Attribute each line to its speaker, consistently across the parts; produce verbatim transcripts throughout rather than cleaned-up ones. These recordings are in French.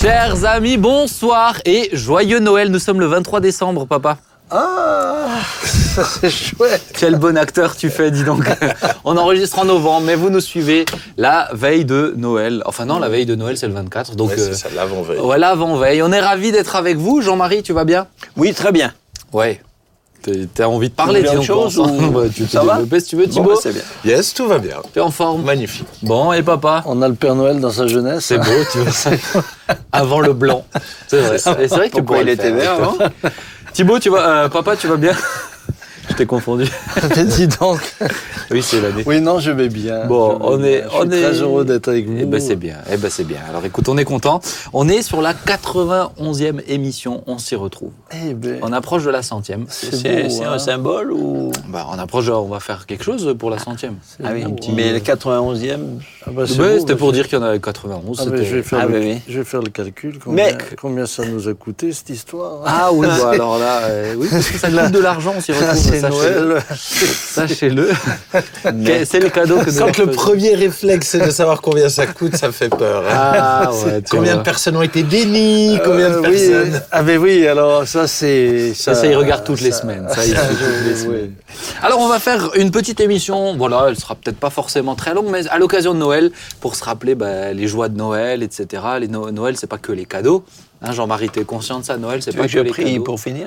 Speaker 1: Chers amis, bonsoir et joyeux Noël. Nous sommes le vingt-trois décembre, papa.
Speaker 2: Ah, ça c'est chouette.
Speaker 1: Quel bon acteur tu fais, dis donc. On enregistre en novembre, mais vous nous suivez la veille de Noël. Enfin non, la veille de Noël, c'est le vingt-quatre. Donc,
Speaker 3: ouais, c'est ça, l'avant-veille.
Speaker 1: Euh, ouais, l'avant-veille. On est ravis d'être avec vous. Jean-Marie, tu vas bien?
Speaker 2: Oui, très bien.
Speaker 1: Ouais. T'as envie de parler, dis donc.
Speaker 2: Chose, ou...
Speaker 1: bah, tu
Speaker 2: ça
Speaker 1: peux
Speaker 2: va
Speaker 1: développer si tu veux, Thibaut.
Speaker 2: Bon, bah, c'est bien.
Speaker 3: Yes, tout va bien.
Speaker 1: Tu es en forme?
Speaker 3: Magnifique.
Speaker 1: Bon, et papa?
Speaker 2: On a le Père Noël dans sa jeunesse.
Speaker 1: C'est beau, tu vois ça. Avant le blanc. C'est vrai. C'est vrai que tu pourrais
Speaker 2: il
Speaker 1: le
Speaker 2: était
Speaker 1: faire.
Speaker 2: vert, non?
Speaker 1: Thibaut, tu vas, euh, papa, tu vas bien? Je t'ai confondu.
Speaker 2: Mais dis donc.
Speaker 1: Oui, c'est l'année.
Speaker 2: Oui, non, je vais bien.
Speaker 1: Bon,
Speaker 2: je
Speaker 1: on
Speaker 2: vais
Speaker 1: est,
Speaker 2: bien.
Speaker 1: on
Speaker 2: je suis
Speaker 1: est
Speaker 2: très heureux d'être avec vous.
Speaker 1: Eh ben c'est bien. Eh ben c'est bien. Alors écoute, on est content. On est sur la quatre-vingt-onzième émission. On s'y retrouve.
Speaker 2: Eh ben,
Speaker 1: On approche de la centième.
Speaker 2: c'est,
Speaker 4: C'est,
Speaker 2: beau,
Speaker 4: c'est
Speaker 2: hein.
Speaker 4: un symbole ou...
Speaker 1: Bah, on approche. On va faire quelque chose pour la centième.
Speaker 2: C'est
Speaker 4: Ah oui,
Speaker 2: beau,
Speaker 4: petit...
Speaker 2: hein.
Speaker 4: mais le quatre-vingt-onzième...
Speaker 2: Ah bah, c'est
Speaker 1: Ouais,
Speaker 2: beau,
Speaker 1: c'était
Speaker 2: bah,
Speaker 1: pour
Speaker 2: je-
Speaker 1: dire qu'il y en avait quatre-vingt-onze.
Speaker 2: Ah bah,
Speaker 1: c'était-
Speaker 2: je, vais faire
Speaker 4: Ah
Speaker 2: le...
Speaker 4: oui, oui.
Speaker 2: je vais faire le calcul. Combien,
Speaker 4: Mais-
Speaker 2: combien ça nous a coûté, cette histoire, hein?
Speaker 1: Ah oui, bah, alors là, euh, oui, parce que ça coûte de l'argent. On s'y retrouve.
Speaker 2: Ah, c'est
Speaker 1: sachez-le.
Speaker 2: Noël.
Speaker 1: Sachez-le. Que- C'est le cadeau que nous
Speaker 3: Quand le
Speaker 1: faisons.
Speaker 3: premier réflexe, c'est de savoir combien ça coûte, ça fait peur. hein.
Speaker 1: Ah ouais. tu
Speaker 3: Combien
Speaker 1: vois.
Speaker 3: de personnes ont été bénies, combien de
Speaker 2: Euh,
Speaker 3: personnes...
Speaker 2: oui, ah ben oui, alors ça c'est...
Speaker 1: Ça, ça, il regarde toutes les semaines. Ça, il fait toutes les
Speaker 2: oui.
Speaker 1: semaines. Alors, on va faire une petite émission. Voilà, elle sera peut-être pas forcément très longue, mais à l'occasion de Noël, pour se rappeler bah, les joies de Noël, et cetera. Les no- Noël, c'est pas que les cadeaux. Hein, Jean-Marie, t'es conscient de ça? Noël, c'est
Speaker 4: Tu
Speaker 1: pas
Speaker 4: veux
Speaker 1: que
Speaker 4: que je
Speaker 1: les
Speaker 4: prie
Speaker 1: cadeaux.
Speaker 4: pour finir?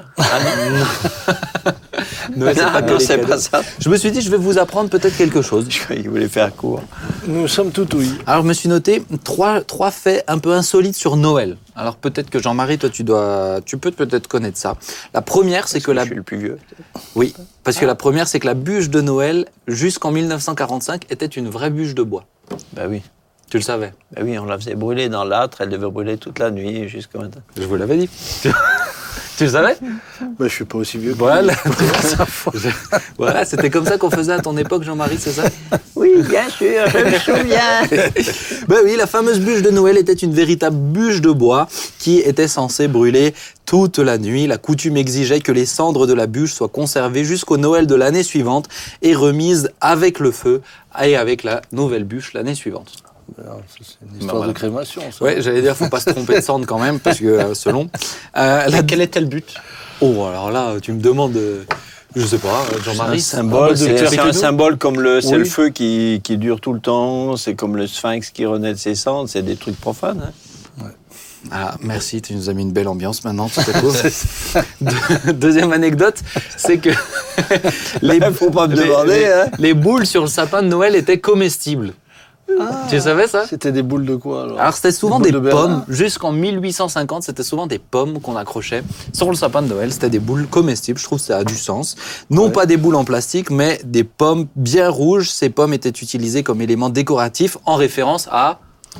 Speaker 1: Noël, c'est
Speaker 4: Non,
Speaker 1: pas que
Speaker 4: non,
Speaker 1: les
Speaker 4: c'est
Speaker 1: cadeaux.
Speaker 4: pas ça.
Speaker 1: Je me suis dit, je vais vous apprendre peut-être quelque chose.
Speaker 4: Je croyais qu'il voulait faire court.
Speaker 2: Nous sommes tout oui.
Speaker 1: Alors, je me suis noté trois, trois faits un peu insolites sur Noël. Alors, peut-être que Jean-Marie, toi, tu dois, tu peux peut-être connaître ça. La première, c'est que la
Speaker 4: Je suis le plus vieux.
Speaker 1: Oui, parce que la première, c'est que la bûche de Noël, jusqu'en mille neuf cent quarante-cinq, était une vraie bûche de bois.
Speaker 4: Bah oui.
Speaker 1: Tu le savais?
Speaker 4: Bah oui, on la faisait brûler dans l'âtre, elle devait brûler toute la nuit jusqu'au matin.
Speaker 1: Je vous l'avais dit. Tu le savais?
Speaker 2: Ben, je suis pas aussi vieux que
Speaker 1: Voilà.
Speaker 2: vous.
Speaker 1: Je- Voilà, c'était comme ça qu'on faisait à ton époque, Jean-Marie, c'est ça?
Speaker 4: Oui, bien sûr, je me souviens.
Speaker 1: Ben oui, la fameuse bûche de Noël était une véritable bûche de bois qui était censée brûler toute la nuit. La coutume exigeait que les cendres de la bûche soient conservées jusqu'au Noël de l'année suivante et remises avec le feu et avec la nouvelle bûche l'année suivante.
Speaker 2: Alors, ça, c'est une histoire
Speaker 1: voilà.
Speaker 2: de crémation, ça.
Speaker 1: Ouais, j'allais dire, faut pas se tromper de cendre quand même, parce que euh, selon. Euh, la...
Speaker 3: Quel était le but?
Speaker 1: Oh, alors là, tu me demandes, euh, je sais pas, euh,
Speaker 4: C'est un
Speaker 1: Jean-Marie.
Speaker 4: symbole,
Speaker 2: de
Speaker 4: c'est,
Speaker 2: faire
Speaker 4: c'est
Speaker 2: que
Speaker 4: un
Speaker 2: nous.
Speaker 4: symbole comme le, c'est
Speaker 2: Oui.
Speaker 4: le feu qui, qui dure tout le temps, c'est comme le sphinx qui renaît de ses cendres, c'est des trucs profanes. Hein.
Speaker 1: Ah, merci, tu nous as mis une belle ambiance maintenant, tout à coup. Deux- Deuxième anecdote, c'est que les,
Speaker 4: Faut pas me
Speaker 1: les-
Speaker 4: demander,
Speaker 1: les-
Speaker 4: hein.
Speaker 1: les boules sur le sapin de Noël étaient comestibles. Tu savais ça?
Speaker 2: C'était des boules de quoi, alors?
Speaker 1: Alors c'était souvent
Speaker 2: Des
Speaker 1: des
Speaker 2: boules de
Speaker 1: pommes,
Speaker 2: Berlin.
Speaker 1: jusqu'en mille huit cent cinquante, c'était souvent des pommes qu'on accrochait sur le sapin de Noël, c'était des boules comestibles, je trouve que ça a du sens. Non
Speaker 2: Ouais.
Speaker 1: pas des boules en plastique, mais des pommes bien rouges, ces pommes étaient utilisées comme élément décoratif en référence à...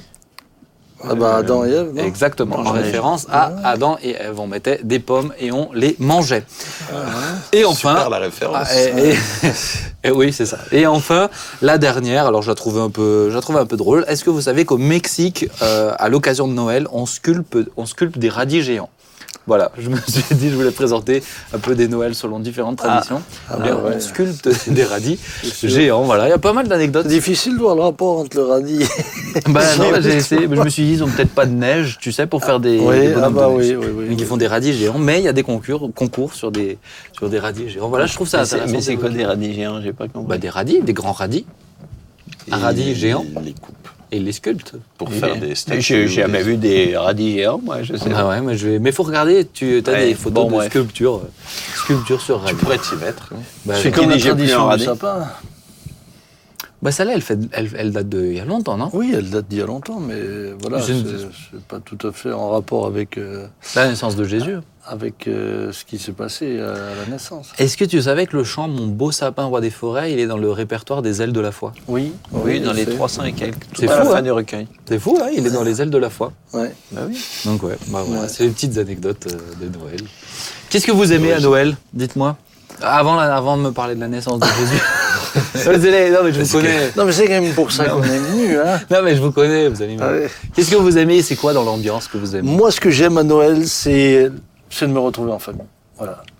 Speaker 2: Ah bah, Adam et Ève, non?
Speaker 1: Exactement, en
Speaker 4: Manger.
Speaker 1: référence à Adam et Ève, on mettait des pommes et on les mangeait. Et enfin...
Speaker 3: Super la référence.
Speaker 1: Ah, et, et- et oui, c'est ça. Et enfin, la dernière, alors je la trouvais un peu, je la trouvais un peu drôle. Est-ce que vous savez qu'au Mexique, euh, à l'occasion de Noël, on sculpte, on sculpte des radis géants? Voilà, je me suis dit, je voulais présenter un peu des Noëls selon différentes traditions.
Speaker 2: Ah,
Speaker 1: Eh bien,
Speaker 2: bah ouais.
Speaker 1: On sculpte des radis
Speaker 2: sûr.
Speaker 1: géants, voilà. Il y a pas mal d'anecdotes.
Speaker 2: C'est difficile de voir le rapport entre le radis et...
Speaker 1: Bah non, bah, j'ai essayé. Je me suis dit, ils ont peut-être pas de neige, tu sais, pour faire des.
Speaker 2: Oui,
Speaker 1: des
Speaker 2: ah
Speaker 1: bonhommes
Speaker 2: bah
Speaker 1: de neige.
Speaker 2: oui, oui, oui.
Speaker 1: Donc ils font des radis géants, mais il y a des concours, concours sur des, sur des radis géants. Voilà, je trouve ça
Speaker 4: Mais c'est,
Speaker 1: intéressant.
Speaker 4: mais c'est quoi des radis géants? J'ai pas compris.
Speaker 1: Bah, des radis, des grands radis. Un radis
Speaker 3: Et
Speaker 1: géant.
Speaker 3: Les coupes
Speaker 1: Et ils les sculptent.
Speaker 3: pour
Speaker 4: Et-
Speaker 3: faire des
Speaker 4: mais
Speaker 3: statues.
Speaker 4: J'ai
Speaker 3: ou
Speaker 4: jamais
Speaker 3: des-
Speaker 4: vu des radis géants, moi, je sais
Speaker 1: Ah
Speaker 4: pas.
Speaker 1: ouais, mais je vais. Mais faut regarder. Tu as
Speaker 4: Ouais,
Speaker 1: des photos
Speaker 4: bon,
Speaker 1: de
Speaker 4: bref.
Speaker 1: sculpture, euh, sculpture sur radis.
Speaker 3: Tu pourrais t'y mettre.
Speaker 1: Bah,
Speaker 2: C'est
Speaker 4: qui
Speaker 2: comme la
Speaker 4: dit j'ai plus un
Speaker 2: tradition du
Speaker 4: radis?
Speaker 2: sapin.
Speaker 1: bah, celle-là, elle fait, elle, elle date de il y a longtemps, non?
Speaker 2: Oui, elle date d'il y a longtemps, mais voilà,
Speaker 1: Je
Speaker 2: c'est,
Speaker 1: ne-
Speaker 2: c'est pas tout à fait en rapport avec, euh,
Speaker 1: La naissance de Jésus.
Speaker 2: avec euh, ce qui s'est passé à la naissance.
Speaker 1: Est-ce que tu savais que le chant Mon beau sapin roi des forêts, il est dans le répertoire des ailes de la foi?
Speaker 2: Oui,
Speaker 4: Oui, dans les
Speaker 2: c'est-
Speaker 4: trois cents et quelques. Tout
Speaker 1: C'est
Speaker 4: à
Speaker 1: fou,
Speaker 4: la
Speaker 1: hein.
Speaker 4: fin du recueil.
Speaker 1: C'est fou, hein? Il est dans les ailes de la foi.
Speaker 2: Ouais.
Speaker 4: Bah oui.
Speaker 1: Donc ouais, bah voilà,
Speaker 2: Ouais.
Speaker 1: c'est les petites anecdotes euh, de Noël. Qu'est-ce que vous aimez à Noël? Dites-moi. Avant, la- avant de me parler de la naissance de Jésus. non, mais non, mais je vous connais.
Speaker 2: Non, mais c'est quand même pour ça qu'on est venu, hein.
Speaker 1: Non, mais je vous connais, vous allez me-
Speaker 2: Ah ouais.
Speaker 1: Qu'est-ce que vous aimez? C'est quoi dans l'ambiance que vous aimez?
Speaker 2: Moi, ce que j'aime à Noël, c'est, c'est de me retrouver en famille. Voilà.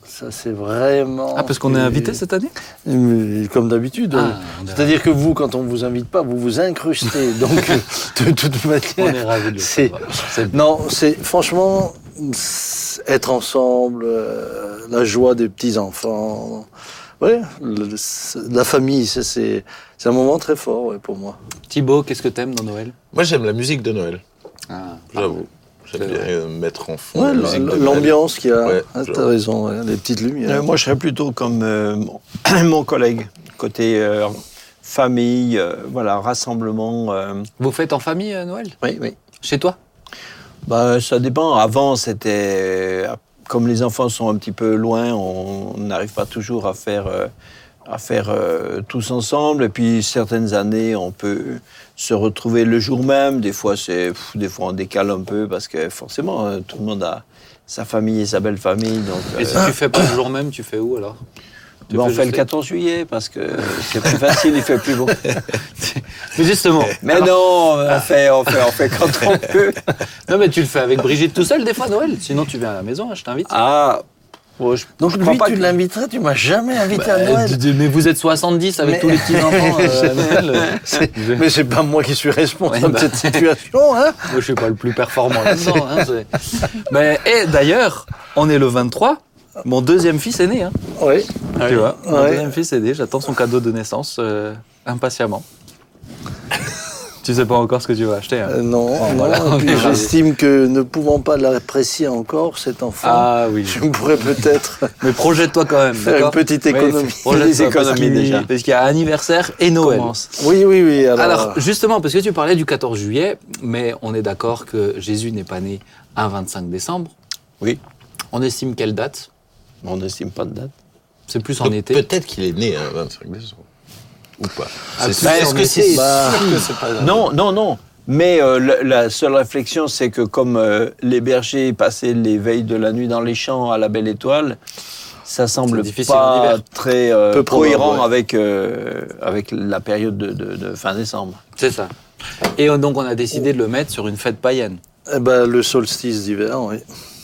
Speaker 2: Ça, c'est vraiment...
Speaker 1: Ah, parce qu'on est invité cette année?
Speaker 2: Mais comme d'habitude.
Speaker 1: Ah, on est
Speaker 2: C'est-à-dire que vous, quand on ne vous invite pas, vous vous incrustez. Donc, de toute manière...
Speaker 1: On est ravis de le
Speaker 2: c'est...
Speaker 1: savoir. C'est-
Speaker 2: Non, c'est franchement c'est être ensemble, euh, la joie des petits-enfants. Ouais, le- c'est- la famille, c'est, c'est, c'est un moment très fort ouais, pour moi.
Speaker 1: Thibaut, qu'est-ce que t'aimes dans Noël?
Speaker 3: Moi, j'aime la musique de Noël,
Speaker 1: Ah,
Speaker 3: j'avoue. J'aime
Speaker 1: C'est
Speaker 3: bien
Speaker 1: vrai.
Speaker 3: euh, mettre en fond
Speaker 2: Ouais,
Speaker 3: la musique de Noël.
Speaker 2: l'ambiance qu'il y a,
Speaker 3: Ouais,
Speaker 2: hein,
Speaker 3: je-
Speaker 2: t'as raison, ouais, les petites lumières.
Speaker 4: Euh, moi, je serais plutôt comme euh, mon, mon collègue, côté euh, famille, euh, voilà, rassemblement. euh.
Speaker 1: Vous faites en famille euh, Noël?
Speaker 4: Oui, oui.
Speaker 1: Chez toi?
Speaker 4: Bah, ça dépend. Avant, c'était... Comme les enfants sont un petit peu loin, on n'arrive pas toujours à faire, euh, à faire euh, tous ensemble. Et puis, certaines années, on peut se retrouver le jour même. Des fois, c'est, pff, des fois on décale un peu parce que forcément, euh, tout le monde a sa famille et sa belle famille. Donc,
Speaker 1: Et
Speaker 4: euh,
Speaker 1: si tu fais pas le jour même, tu fais où alors? Tu
Speaker 4: bah, on
Speaker 1: fais
Speaker 4: fait le
Speaker 1: juste-
Speaker 4: quatorze juillet parce que c'est plus facile, il fait plus beau.
Speaker 1: Mais justement.
Speaker 4: Mais
Speaker 1: alors-
Speaker 4: non, on fait, on fait, on fait quand on peut.
Speaker 1: Non, mais tu le fais avec Brigitte tout seul des fois Noël. Sinon, tu viens à la maison, hein, je t'invite.
Speaker 4: Ah, bon, je,
Speaker 2: Donc
Speaker 4: je
Speaker 2: lui,
Speaker 4: crois pas
Speaker 2: tu
Speaker 4: que-
Speaker 2: l'inviterais, tu m'as jamais invité à
Speaker 1: Euh,
Speaker 2: Noël.
Speaker 1: d- d- mais vous êtes soixante-dix avec
Speaker 2: Mais-
Speaker 1: tous les petits-enfants euh, à Noël. euh,
Speaker 2: C'est-
Speaker 1: je-
Speaker 2: Mais c'est pas moi qui suis responsable
Speaker 1: Ouais, bah.
Speaker 2: de cette situation, hein.
Speaker 1: Moi, je suis pas le plus performant là-dedans. Hein, c'est- mais et d'ailleurs, on est le vingt-trois. Mon deuxième fils est né. Hein,
Speaker 2: Oui.
Speaker 1: tu vois, mon
Speaker 2: Ouais.
Speaker 1: deuxième fils est né. J'attends son cadeau de naissance euh, impatiemment. Tu sais pas encore ce que tu vas acheter. Hein.
Speaker 2: Euh, non, non.
Speaker 1: voilà,
Speaker 2: Et puis
Speaker 1: on est ravis.
Speaker 2: j'estime que ne pouvant pas l'apprécier encore, cet enfant,
Speaker 1: Ah oui.
Speaker 2: je pourrais peut-être
Speaker 1: Mais projette-toi quand même.
Speaker 2: faire une
Speaker 1: d'accord
Speaker 2: petite économie.
Speaker 1: Projette-toi,
Speaker 4: Des
Speaker 1: parce
Speaker 4: économies
Speaker 1: qu'il-
Speaker 4: déjà.
Speaker 1: Parce qu'il y a anniversaire et Noël.
Speaker 4: Commence.
Speaker 2: Oui, oui, oui. Alors,
Speaker 1: Alors, justement, parce que tu parlais du quatorze juillet, mais on est d'accord que Jésus n'est pas né un vingt-cinq décembre.
Speaker 4: Oui,
Speaker 1: On estime quelle date?
Speaker 4: on n'estime pas de date.
Speaker 1: C'est plus en
Speaker 3: Donc,
Speaker 1: été.
Speaker 3: peut-être qu'il est né un vingt-cinq décembre. Ou pas.
Speaker 1: Ah,
Speaker 3: C'est-
Speaker 1: plus
Speaker 3: Est-ce
Speaker 1: en
Speaker 3: que
Speaker 1: été.
Speaker 3: c'est
Speaker 2: Bah,
Speaker 3: sûr que c'est pas
Speaker 4: Non, non, non. Mais euh, la, la seule réflexion, c'est que comme euh, les bergers passaient les veilles de la nuit dans les champs à la belle étoile, ça semble
Speaker 1: C'est difficile en
Speaker 4: pas
Speaker 1: hiver.
Speaker 4: très euh,
Speaker 2: Peu probable,
Speaker 4: cohérent
Speaker 2: ouais.
Speaker 4: avec, euh, avec la période de, de- de fin décembre.
Speaker 1: C'est ça. Et euh, donc, on a décidé de le mettre sur une fête païenne.
Speaker 2: eh ben, le solstice d'hiver, oui.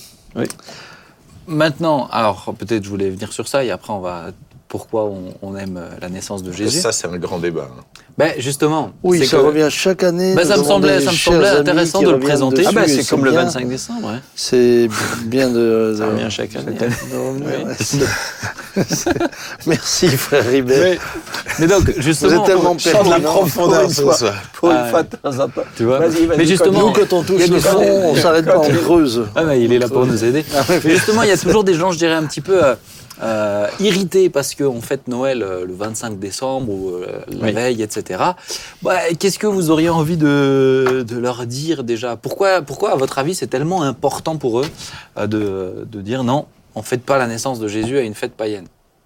Speaker 1: Maintenant, alors peut-être je voulais venir sur ça et après on va pourquoi on, on aime euh, la naissance de Jésus.
Speaker 3: Ça, c'est un grand débat. hein.
Speaker 1: Ben justement,
Speaker 2: Oui,
Speaker 1: c'est
Speaker 2: ça
Speaker 1: que-
Speaker 2: revient chaque année.
Speaker 1: Ben,
Speaker 2: nous
Speaker 1: ça me
Speaker 2: demandons
Speaker 1: semblait-
Speaker 2: des
Speaker 1: ça me
Speaker 2: chers
Speaker 1: semblait
Speaker 2: amis
Speaker 1: intéressant
Speaker 2: qui
Speaker 1: de le
Speaker 2: reviennent
Speaker 1: présenter.
Speaker 2: dessus,
Speaker 4: Ah ben
Speaker 2: et
Speaker 4: c'est comme le
Speaker 2: bien.
Speaker 4: vingt-cinq décembre. Hein.
Speaker 2: C'est bien de,
Speaker 4: Ça
Speaker 2: de-
Speaker 4: revient chaque année.
Speaker 2: de revenir,
Speaker 4: Oui.
Speaker 2: ouais. C'est- Merci, frère Ribet.
Speaker 1: Mais, mais donc
Speaker 2: Vous
Speaker 1: justement,
Speaker 2: êtes tellement
Speaker 1: pour-
Speaker 2: pertinent.
Speaker 4: la
Speaker 2: Pour
Speaker 4: profondeur
Speaker 2: une
Speaker 4: ce
Speaker 2: fois.
Speaker 4: soir. Pour une
Speaker 1: Ah,
Speaker 4: fois de temps en temps.
Speaker 1: tu vois.
Speaker 4: Vas-y, vas-y,
Speaker 1: Mais justement,
Speaker 2: Nous, quand on touche
Speaker 1: il y a
Speaker 2: le
Speaker 1: des gens-
Speaker 2: fond, on s'arrête pas, on creuse.
Speaker 1: Ah ben, il est là pour nous aider. Mais justement, il y a toujours des gens, je dirais, un petit peu euh, euh, irrités parce qu'on fête Noël euh, le vingt-cinq décembre ou euh, la
Speaker 4: Oui.
Speaker 1: veille, et cetera. Bah, qu'est-ce que vous auriez envie de, de leur dire déjà? Pourquoi, pourquoi, à votre avis, c'est tellement important pour eux euh, de, de dire non, on ne fête pas la naissance de Jésus à une fête païenne?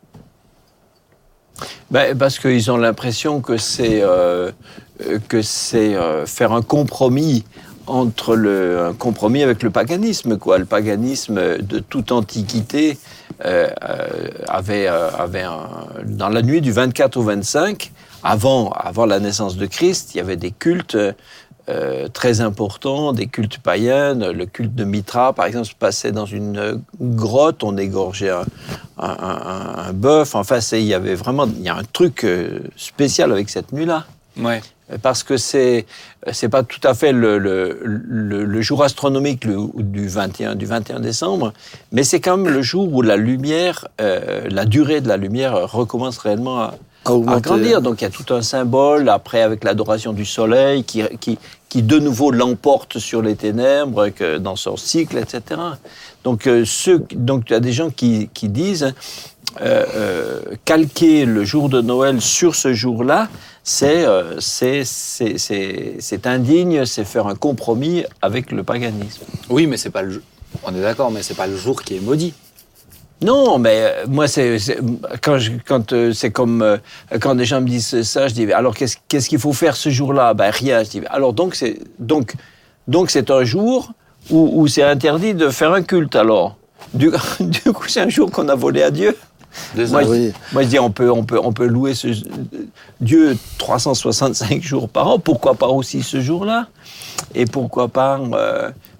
Speaker 4: Ben, parce qu'ils ont l'impression que c'est euh, euh, que c'est euh, faire un compromis entre le un compromis avec le paganisme, quoi. Le paganisme de toute antiquité euh, euh, avait euh, avait un- dans la nuit du vingt-quatre au vingt-cinq, avant avant la naissance de Christ, il y avait des cultes euh, très importants, des cultes païens. Le culte de Mitra, par exemple, se passait dans une grotte, on égorgeait un, un, un- un bœuf. Enfin, c'est- il y avait vraiment il y a un truc euh, spécial avec cette nuit-là.
Speaker 1: Ouais.
Speaker 4: Parce que c'est c'est pas tout à fait le, le, le, le jour astronomique le, du vingt et un du vingt et un décembre, mais c'est quand même le jour où la lumière, euh, la durée de la lumière recommence réellement à,
Speaker 2: À
Speaker 4: à
Speaker 2: augmenter.
Speaker 4: grandir. Donc il y a tout un symbole après avec l'adoration du soleil qui, qui, qui de nouveau l'emporte sur les ténèbres que dans son cycle, et cetera. Donc euh, ceux, donc il y a des gens qui, qui disent euh, euh, calquer le jour de Noël sur ce jour-là, c'est euh, c'est c'est c'est c'est indigne, c'est faire un compromis avec le paganisme.
Speaker 1: Oui, mais c'est pas le jour. On est d'accord, mais c'est pas le jour qui est maudit.
Speaker 4: Non, mais euh, moi, c'est, c'est- quand, je, quand euh, c'est comme euh, quand des gens me disent ça, je dis alors qu'est-ce, qu'est-ce qu'il faut faire ce jour-là? Ben rien. Je dis alors donc c'est donc donc c'est un jour où, où c'est interdit de faire un culte. Alors du, du coup, c'est un jour qu'on a volé à Dieu. Moi, je,
Speaker 2: oui.
Speaker 4: moi, je dis on peut on peut on peut louer ce Dieu trois cent soixante-cinq jours par an. Pourquoi pas aussi ce jour-là? Et pourquoi pas euh,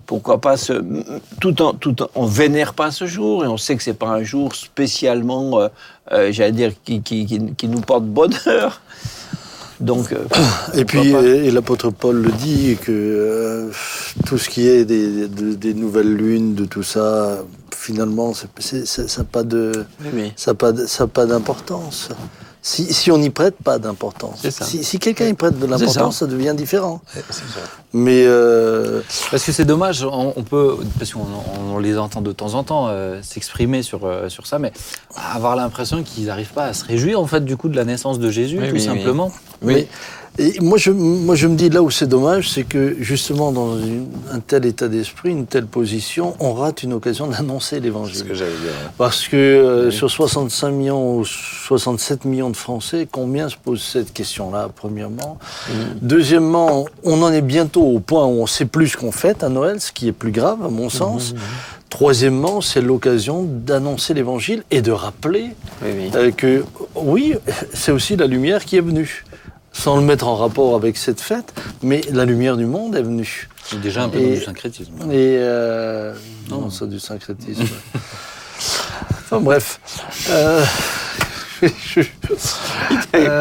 Speaker 4: pourquoi pas se, tout en, tout en, on vénère pas ce jour et on sait que c'est pas un jour spécialement, euh, euh, j'allais dire, qui, qui, qui, qui nous porte bonheur. Donc, euh,
Speaker 2: et puis, et, et l'apôtre Paul le dit, que euh, tout ce qui est des, des, des nouvelles lunes, de tout ça, finalement, c'est, c'est, c'est, ça n'a pas, de,
Speaker 4: oui, oui.
Speaker 2: ça pas, ça pas d'importance. Si, si on n'y prête pas d'importance. Si, si quelqu'un y prête de l'importance, ça. ça devient différent.
Speaker 3: C'est ça.
Speaker 2: Mais euh...
Speaker 1: parce que c'est dommage, on, on peut, parce qu'on on les entend de temps en temps euh, s'exprimer sur euh, sur ça, mais avoir l'impression qu'ils n'arrivent pas à se réjouir en fait du coup de la naissance de Jésus, oui, tout oui, simplement.
Speaker 2: Oui. oui. Et moi je, moi, je me dis là où c'est dommage, c'est que justement dans une, un tel état d'esprit, une telle position, on rate une occasion d'annoncer l'évangile.
Speaker 3: C'est ce que j'allais dire. Ouais.
Speaker 2: Parce que euh, oui. sur soixante-cinq millions ou soixante-sept millions de Français, combien se posent cette question-là, premièrement. Mmh. Deuxièmement, on en est bientôt au point où on sait plus ce qu'on fait à Noël, ce qui est plus grave à mon sens. Mmh. Troisièmement, c'est l'occasion d'annoncer l'évangile et de rappeler oui, oui. Euh, que oui, c'est aussi la lumière qui est venue. Sans le mettre en rapport avec cette fête, mais la lumière du monde est venue.
Speaker 1: C'est déjà un peu et, du syncrétisme.
Speaker 2: Et euh, non, non, c'est du syncrétisme. Enfin bref. Euh, je, euh,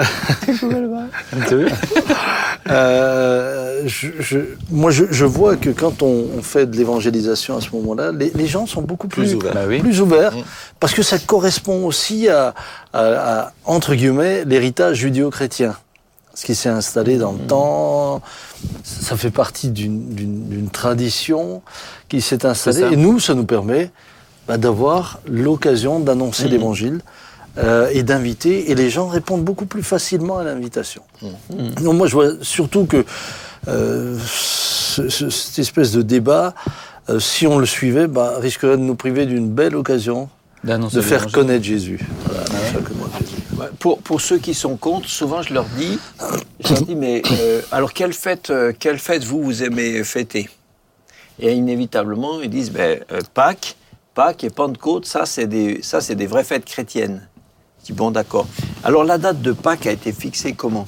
Speaker 2: euh, je, je, moi, je, je vois que quand on, on fait de l'évangélisation à ce moment-là, les, les gens sont beaucoup plus,
Speaker 3: plus ouverts,
Speaker 2: bah oui. plus ouverts mmh. parce que ça correspond aussi à, à, à entre guillemets, l'héritage judéo-chrétien. Ce qui s'est installé dans le mmh. temps, ça fait partie d'une, d'une, d'une tradition qui s'est installée. Et nous, ça nous permet bah, d'avoir l'occasion d'annoncer mmh. l'évangile euh, et d'inviter. Et les gens répondent beaucoup plus facilement à l'invitation. Mmh. Donc moi, je vois surtout que euh, ce, ce, cette espèce de débat, euh, si on le suivait, bah, risquerait de nous priver d'une belle occasion de faire connaître Jésus. Voilà, de faire connaître Jésus.
Speaker 4: Pour, pour ceux qui sont contre, souvent je leur dis, je leur dis mais euh, alors quelle fête, euh, quelle fête vous, vous aimez fêter? Et inévitablement, ils disent ben, euh, Pâques, Pâques et Pentecôte, ça c'est, des, ça c'est des vraies fêtes chrétiennes. Je dis bon d'accord. Alors la date de Pâques a été fixée comment?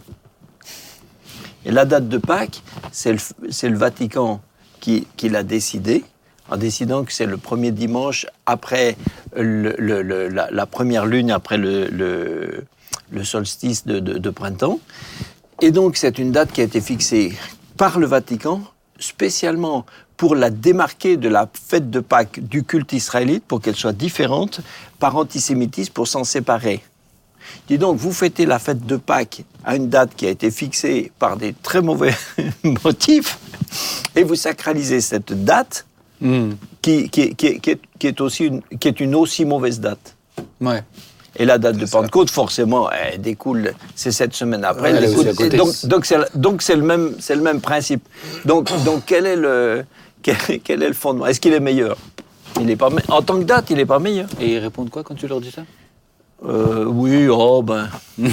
Speaker 4: Et la date de Pâques, c'est le, c'est le Vatican qui, qui l'a décidé, en décidant que c'est le premier dimanche après le, le, le, la, la première lune, après le, le, le solstice de, de, de printemps. Et donc, c'est une date qui a été fixée par le Vatican, spécialement pour la démarquer de la fête de Pâques du culte israélite, pour qu'elle soit différente, par antisémitisme, pour s'en séparer. Dis donc, vous fêtez la fête de Pâques à une date qui a été fixée par des très mauvais motifs, et vous sacralisez cette date, Mmh. Qui, qui, qui, qui, est, qui, est aussi une, qui est une aussi mauvaise date.
Speaker 1: Ouais.
Speaker 4: Et la date de Pentecôte, forcément, elle découle, c'est sept semaines après.
Speaker 1: Ouais,
Speaker 4: elle découle,
Speaker 1: et
Speaker 4: donc, donc, c'est, donc c'est, le même, c'est le même principe. Donc, donc quel, est le, quel, quel est le fondement? Est-ce qu'il est meilleur? Il est pas me... En tant que date, il n'est pas meilleur.
Speaker 1: Et ils répondent quoi quand tu leur dis ça?
Speaker 4: euh, Oui, oh ben...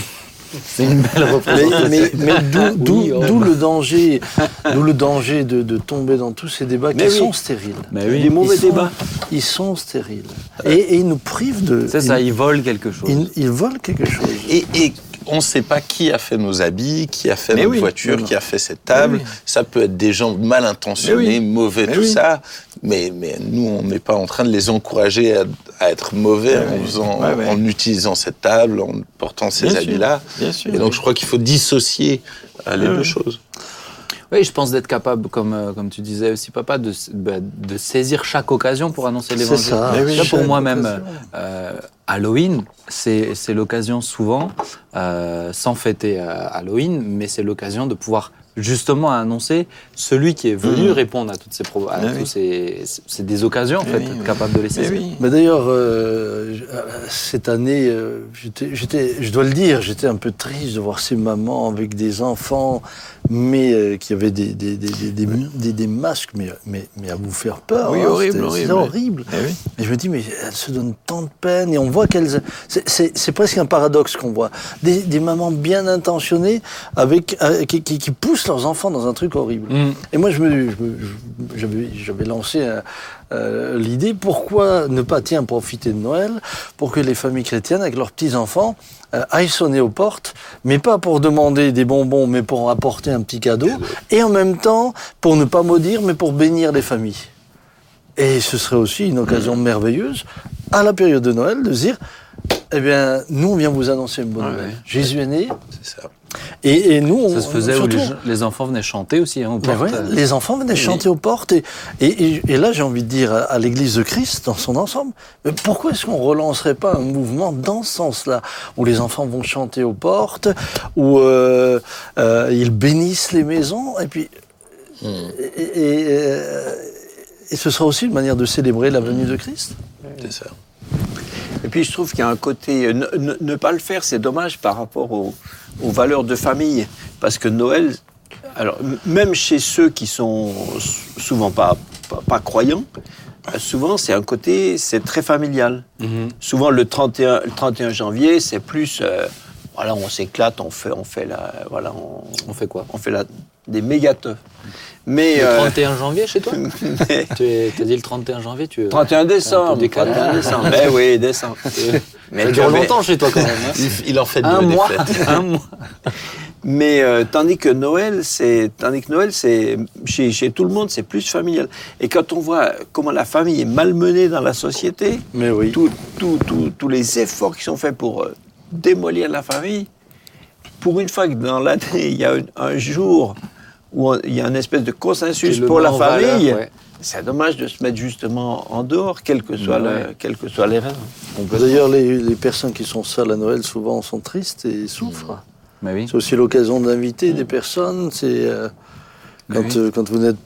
Speaker 1: C'est une belle représentation.
Speaker 2: Mais, mais, mais d'où, d'où, oui, oh, d'où bah. le danger, d'où le danger de, de tomber dans tous ces débats mais qui oui. sont stériles.
Speaker 1: Mais oui.
Speaker 4: Des mauvais
Speaker 2: ils
Speaker 4: débats.
Speaker 2: Sont, ils sont stériles. Et, et ils nous privent de...
Speaker 1: C'est ça, ils, ils volent quelque chose.
Speaker 2: Ils, ils volent quelque chose.
Speaker 3: Et, et on ne sait pas qui a fait nos habits, qui a fait mais notre oui. voiture, non, non. qui a fait cette table. Oui. Ça peut être des gens mal intentionnés, oui. mauvais, mais tout oui. ça. Mais, mais nous, on n'est pas en train de les encourager à, à être mauvais ouais, en, faisant, ouais, ouais. en utilisant cette table, en portant ces Bien habits-là. Sûr. Sûr, et donc, oui. je crois qu'il faut dissocier euh, les ouais. deux choses.
Speaker 1: Oui, je pense d'être capable, comme, euh, comme tu disais aussi, papa, de, bah, de saisir chaque occasion pour annoncer l'évangile. C'est ça. Oui, ça pour moi-même, euh, Halloween, c'est, c'est l'occasion souvent, euh, sans fêter euh, Halloween, mais c'est l'occasion de pouvoir justement annoncer celui qui est venu mmh. répondre à toutes ces pro- à tous oui. ces, c'est des occasions en fait, oui, être oui. capable de les saisir.
Speaker 2: Oui. Mais d'ailleurs, euh, cette année, euh, j'étais, j'étais, je dois le dire, j'étais un peu triste de voir ces mamans avec des enfants, mais euh, qui avaient des des des des, des, oui. des, des masques, mais mais mais à vous faire peur.
Speaker 3: Oui,
Speaker 2: hein,
Speaker 3: horrible,
Speaker 2: c'était,
Speaker 3: horrible.
Speaker 2: C'était horrible.
Speaker 3: Et, oui.
Speaker 2: et je me dis, mais elles se donnent tant de peine, et on voit qu'elles, c'est, c'est, c'est presque un paradoxe qu'on voit, des, des mamans bien intentionnées avec euh, qui, qui, qui poussent leurs enfants dans un truc horrible. Mm. Et moi, je me, je me j'avais, j'avais lancé un, euh, l'idée, pourquoi ne pas, tiens, profiter de Noël pour que les familles chrétiennes, avec leurs petits-enfants, euh, aillent sonner aux portes, mais pas pour demander des bonbons, mais pour apporter un petit cadeau, et en même temps, pour ne pas maudire, mais pour bénir les familles. Et ce serait aussi une occasion mmh. merveilleuse, à la période de Noël, de se dire, eh bien, nous, on vient vous annoncer une bonne nouvelle. Ouais. Jésus est né.
Speaker 3: C'est ça.
Speaker 2: Et, et nous, on,
Speaker 1: ça se faisait
Speaker 2: surtout,
Speaker 1: où les, les enfants venaient chanter aussi. Hein, aux portes.
Speaker 2: Ouais, les enfants venaient oui. chanter aux portes. Et, et, et, et là, j'ai envie de dire à, à l'Église de Christ, dans son ensemble, mais pourquoi est-ce qu'on ne relancerait pas un mouvement dans ce sens-là, où les enfants vont chanter aux portes, où euh, euh, ils bénissent les maisons, et puis... Mmh. Et, et, euh, et ce sera aussi une manière de célébrer la venue de Christ.
Speaker 3: C'est ça.
Speaker 4: Et puis je trouve qu'il y a un côté... Ne, ne, ne pas le faire, c'est dommage par rapport au, aux valeurs de famille. Parce que Noël, alors, même chez ceux qui sont souvent pas, pas, pas croyants, souvent c'est un côté, c'est très familial. Mm-hmm. Souvent le trente et un, le trente et un janvier, c'est plus... Euh, voilà, on s'éclate, on fait, on fait la... Voilà, on,
Speaker 1: on fait quoi?
Speaker 4: On fait la, des méga teufs. Mais
Speaker 1: le trente et un janvier chez toi? mais... Tu as dit le trente et un janvier tu...
Speaker 4: trente et un décembre. trente et un décembre. Mais oui, décembre.
Speaker 1: Mais ça dure longtemps chez toi quand même. Hein.
Speaker 3: il, il en fait
Speaker 1: un
Speaker 3: deux
Speaker 1: mois.
Speaker 3: des fêtes.
Speaker 1: un mois.
Speaker 4: Mais euh, tandis que Noël, c'est tandis que Noël, c'est chez, chez tout le monde, c'est plus familial. Et quand on voit comment la famille est malmenée dans la société,
Speaker 2: mais oui,
Speaker 4: tous tout, tout, tout les efforts qui sont faits pour euh, démolir la famille, pour une fois que dans l'année il y a un, un jour où on, il y a une espèce de consensus pour la famille, valeur, ouais. C'est dommage de se mettre justement en dehors, quelles que soient ouais. le, quelles que soient les raisons.
Speaker 2: D'ailleurs, les, les personnes qui sont seules à Noël souvent sont tristes et souffrent.
Speaker 1: Mmh. Oui.
Speaker 2: C'est aussi l'occasion d'inviter mmh. des personnes. C'est euh, quand, oui. euh, quand vous n'êtes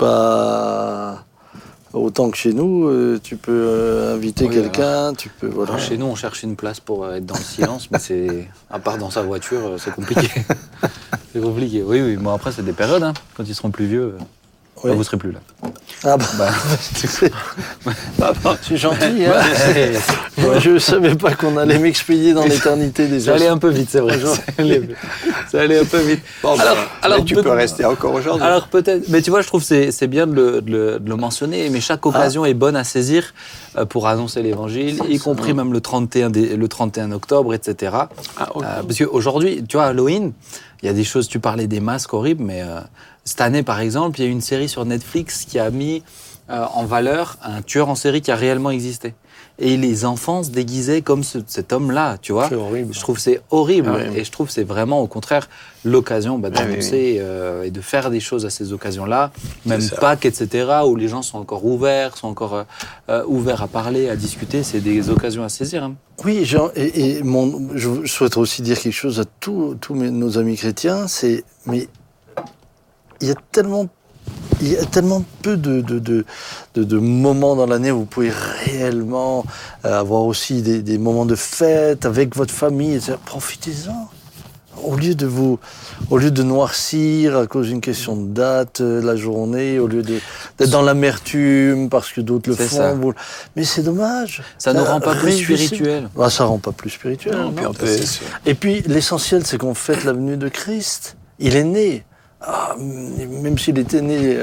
Speaker 2: pas autant que chez nous, euh, tu peux euh, inviter oui, quelqu'un.
Speaker 1: Alors,
Speaker 2: tu peux voilà.
Speaker 1: Chez nous, on cherche une place pour euh, être dans le silence, mais c'est à part dans sa voiture, euh, c'est compliqué. c'est compliqué. Oui, oui. Bon après, c'est des périodes. Hein. Quand ils seront plus vieux. Euh... Oui. Bah, vous serez plus là.
Speaker 2: Ah bah, bah c'est c'est gentil. Hein. Moi, je savais pas qu'on allait m'expédier dans l'éternité déjà.
Speaker 1: Ça allait un peu vite, c'est vrai. Ça allait, ça allait un peu vite.
Speaker 4: Bon, alors, bah, alors tu peux rester encore aujourd'hui.
Speaker 1: Alors peut-être, mais tu vois, je trouve que c'est, c'est bien de le, de, le, de le mentionner. Mais chaque occasion ah. est bonne à saisir pour annoncer l'Évangile, y compris même le trente et un, le trente et un octobre, et cetera. Ah, okay. euh, parce qu'aujourd'hui, tu vois, Halloween, il y a des choses. Tu parlais des masques horribles, mais euh, cette année, par exemple, il y a une série sur Netflix qui a mis euh, en valeur un tueur en série qui a réellement existé. Et les enfants se déguisaient comme ce, cet homme-là, tu vois.
Speaker 2: C'est horrible.
Speaker 1: Je trouve que c'est horrible. Ah oui. Et je trouve que c'est vraiment, au contraire, l'occasion bah, d'annoncer ah oui, oui. Euh, et de faire des choses à ces occasions-là. Même Pâques, et cetera, où les gens sont encore ouverts, sont encore euh, ouverts à parler, à discuter. C'est des occasions à saisir. Hein.
Speaker 2: Oui, Jean, et, et mon, je souhaiterais aussi dire quelque chose à tous, tous mes, nos amis chrétiens. C'est... Mais, il y a tellement, il y a tellement peu de, de, de, de, de moments dans l'année où vous pouvez réellement euh, avoir aussi des, des moments de fête avec votre famille, et cetera. Profitez-en. Au lieu de vous, au lieu de noircir à cause d'une question de date, euh, la journée, au lieu de, d'être dans l'amertume parce que d'autres le c'est font. Vous... Mais c'est dommage.
Speaker 1: Ça ne rend pas plus spirituel.
Speaker 2: Ah, ça rend pas plus spirituel. Non, non. Puis peut... Et puis l'essentiel, c'est qu'on fête la venue de Christ. Il est né. Ah, même s'il était né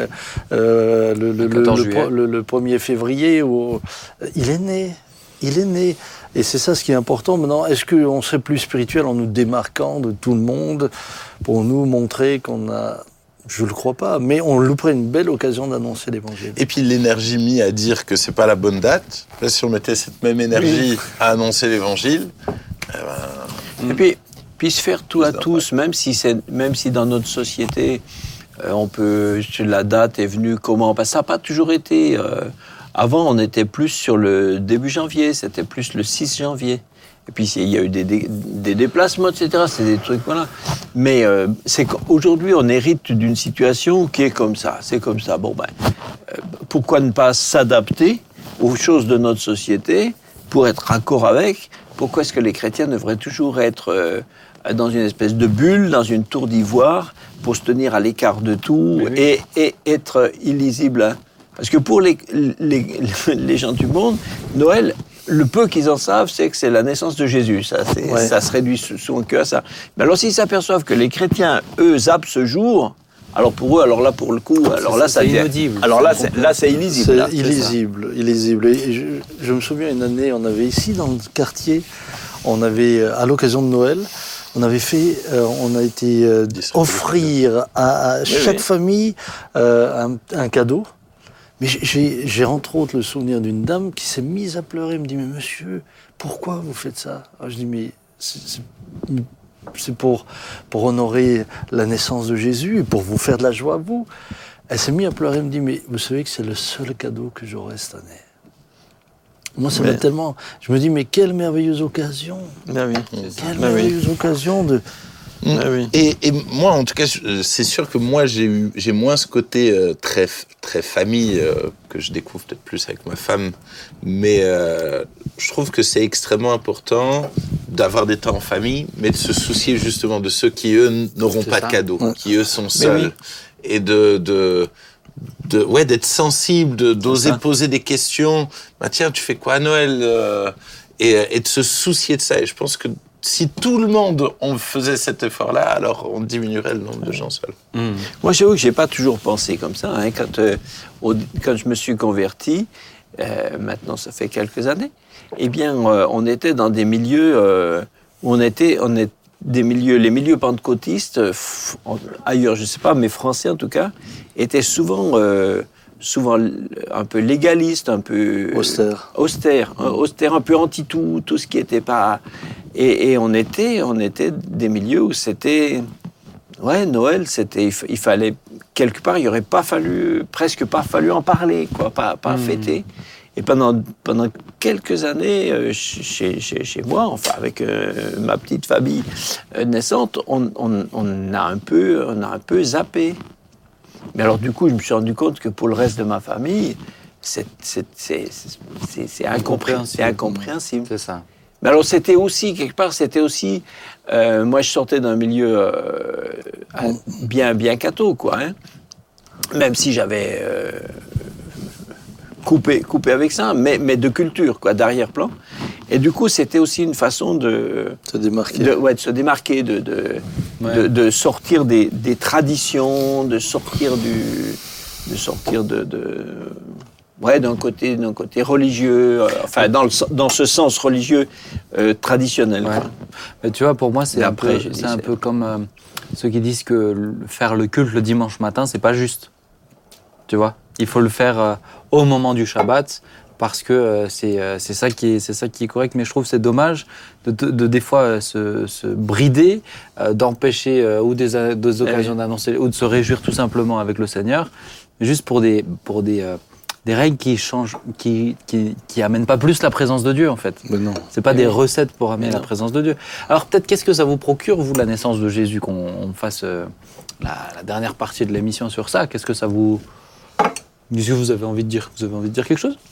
Speaker 2: euh, le, le, le, le, le, le premier février, ou, il est né, il est né. Et c'est ça ce qui est important. Maintenant, est-ce qu'on serait plus spirituel en nous démarquant de tout le monde pour nous montrer qu'on a... Je ne le crois pas, mais on louperait une belle occasion d'annoncer l'Évangile.
Speaker 3: Et puis l'énergie mise à dire que c'est pas la bonne date, là, si on mettait cette même énergie oui. à annoncer l'Évangile... Eh ben...
Speaker 4: Et puis... puisse faire tout à tous, même si, c'est, même si dans notre société, euh, on peut, la date est venue comment, parce que ça n'a pas toujours été... Euh, avant, on était plus sur le début janvier, c'était plus le six janvier. Et puis, il y a eu des, des, des déplacements, et cetera. C'est des trucs, voilà. Mais euh, c'est qu'aujourd'hui, on hérite d'une situation qui est comme ça. C'est comme ça. Bon, ben, euh, pourquoi ne pas s'adapter aux choses de notre société pour être raccord avec? Pourquoi est-ce que les chrétiens devraient toujours être... Euh, dans une espèce de bulle, dans une tour d'ivoire, pour se tenir à l'écart de tout oui, oui. Et, et être illisible. Hein. Parce que pour les, les, les gens du monde, Noël, le peu qu'ils en savent, c'est que c'est la naissance de Jésus. Ça, c'est, ouais. ça se réduit souvent que à ça. Mais alors s'ils s'aperçoivent que les chrétiens, eux, zappent ce jour, Alors pour eux, alors là pour le coup, alors là ça
Speaker 1: c'est
Speaker 4: devient-
Speaker 1: inaudible.
Speaker 4: Alors
Speaker 1: C'est
Speaker 4: là c'est là c'est illisible.
Speaker 2: C'est
Speaker 4: là.
Speaker 2: illisible, illisible. Et je, je me souviens une année, on avait ici dans le quartier, on avait à l'occasion de Noël, on avait fait, euh, on a été euh, offrir à, à chaque
Speaker 4: oui.
Speaker 2: famille euh, un, un cadeau. Mais j'ai, j'ai entre autres le souvenir d'une dame qui s'est mise à pleurer. Elle me dit, mais monsieur, pourquoi vous faites ça? Alors je dis, mais c'est, c'est, c'est pour, pour honorer la naissance de Jésus et pour vous faire de la joie à vous. Elle s'est mise à pleurer. Elle me dit, mais vous savez que c'est le seul cadeau que j'aurai cette année. Moi, ça
Speaker 4: Mais...
Speaker 2: m'a tellement... Je me dis, mais quelle merveilleuse occasion.
Speaker 4: Ben oui.
Speaker 2: Quelle
Speaker 4: Ben oui.
Speaker 2: merveilleuse occasion de...
Speaker 3: Mmh.
Speaker 4: Ah oui.
Speaker 3: Et, et moi, en tout cas, c'est sûr que moi, j'ai eu, j'ai moins ce côté euh, très, très famille euh, que je découvre peut-être plus avec ma femme. Mais euh, je trouve que c'est extrêmement important d'avoir des temps en famille, mais de se soucier justement de ceux qui, eux, n'auront
Speaker 1: C'est
Speaker 3: pas
Speaker 1: ça.
Speaker 3: de cadeaux,
Speaker 2: Ouais.
Speaker 3: qui, eux, sont seuls.
Speaker 4: oui.
Speaker 3: Et de... de De, ouais, d'être sensible, de, d'oser
Speaker 1: ça.
Speaker 3: poser des questions. Bah, tiens, tu fais quoi à Noël euh, et, et de se soucier de ça. Et je pense que si tout le monde on faisait cet effort-là, alors on diminuerait le nombre de gens seuls.
Speaker 1: Mmh.
Speaker 4: Moi, j'avoue que j'ai pas toujours pensé comme ça. Hein. Quand, euh, au, quand je me suis converti, euh, maintenant ça fait quelques années, eh bien, euh, on était dans des milieux euh, où on était, on est des milieux, les milieux pentecôtistes, euh, f- en- ailleurs, je sais pas, mais français en tout cas, étaient souvent, euh, souvent un peu légalistes, un peu
Speaker 2: Austère.
Speaker 4: austère, hein, austère, un peu anti tout, tout ce qui était pas. Et, et on était, on était des milieux où c'était, ouais, Noël, c'était, il, f- il fallait quelque part, il aurait pas fallu, presque pas fallu en parler, quoi, pas, pas fêter. Et pendant pendant quelques années, euh, chez, chez chez moi, enfin avec euh, ma petite famille euh, naissante, on, on on a un peu on a un peu zappé. Mais alors du coup, je me suis rendu compte que pour le reste de ma famille, c'est c'est c'est c'est, c'est incompréhensible. C'est incompréhensible.
Speaker 1: C'est ça.
Speaker 4: Mais alors c'était aussi, quelque part, c'était aussi... Euh, moi, je sortais d'un milieu euh, bien, bien catho, quoi. Hein. Même si j'avais euh, coupé, coupé avec ça, mais, mais de culture, quoi, d'arrière-plan. Et du coup, c'était aussi une façon de...
Speaker 2: Se démarquer.
Speaker 4: De, ouais, de se démarquer, de, de,
Speaker 1: Ouais.
Speaker 4: de, de sortir des, des traditions, de sortir du... De sortir de... de Ouais, d'un côté, d'un côté religieux, euh, enfin dans, le, dans ce sens religieux euh, traditionnel.
Speaker 1: Ouais. Mais tu vois, pour moi, c'est
Speaker 4: Et
Speaker 1: un
Speaker 4: après,
Speaker 1: peu,
Speaker 4: je dis,
Speaker 1: c'est un
Speaker 4: c'est-
Speaker 1: peu comme euh, ceux qui disent que le- faire le culte le dimanche matin, c'est pas juste. Tu vois, il faut le faire euh, au moment du Shabbat parce que euh, c'est euh, c'est ça qui est c'est ça qui est correct. Mais je trouve que c'est dommage de, de, de des fois euh, se, se brider, euh, d'empêcher euh, ou des, a- des occasions
Speaker 4: oui.
Speaker 1: d'annoncer ou de se réjouir tout simplement avec le Seigneur, juste pour des pour des euh, des règles qui changent, qui, qui, qui amènent pas plus la présence de Dieu, en fait.
Speaker 2: Mais non.
Speaker 1: C'est pas
Speaker 4: Mais
Speaker 1: des
Speaker 4: oui.
Speaker 1: recettes pour amener
Speaker 4: Mais
Speaker 1: la
Speaker 4: non.
Speaker 1: présence de Dieu. Alors peut-être, qu'est-ce que ça vous procure, vous, la naissance de Jésus, qu'on on fasse euh, la, la dernière partie de l'émission sur ça? Qu'est-ce que ça vous... Qu'est-ce que vous avez envie de dire? Vous avez envie de dire quelque chose?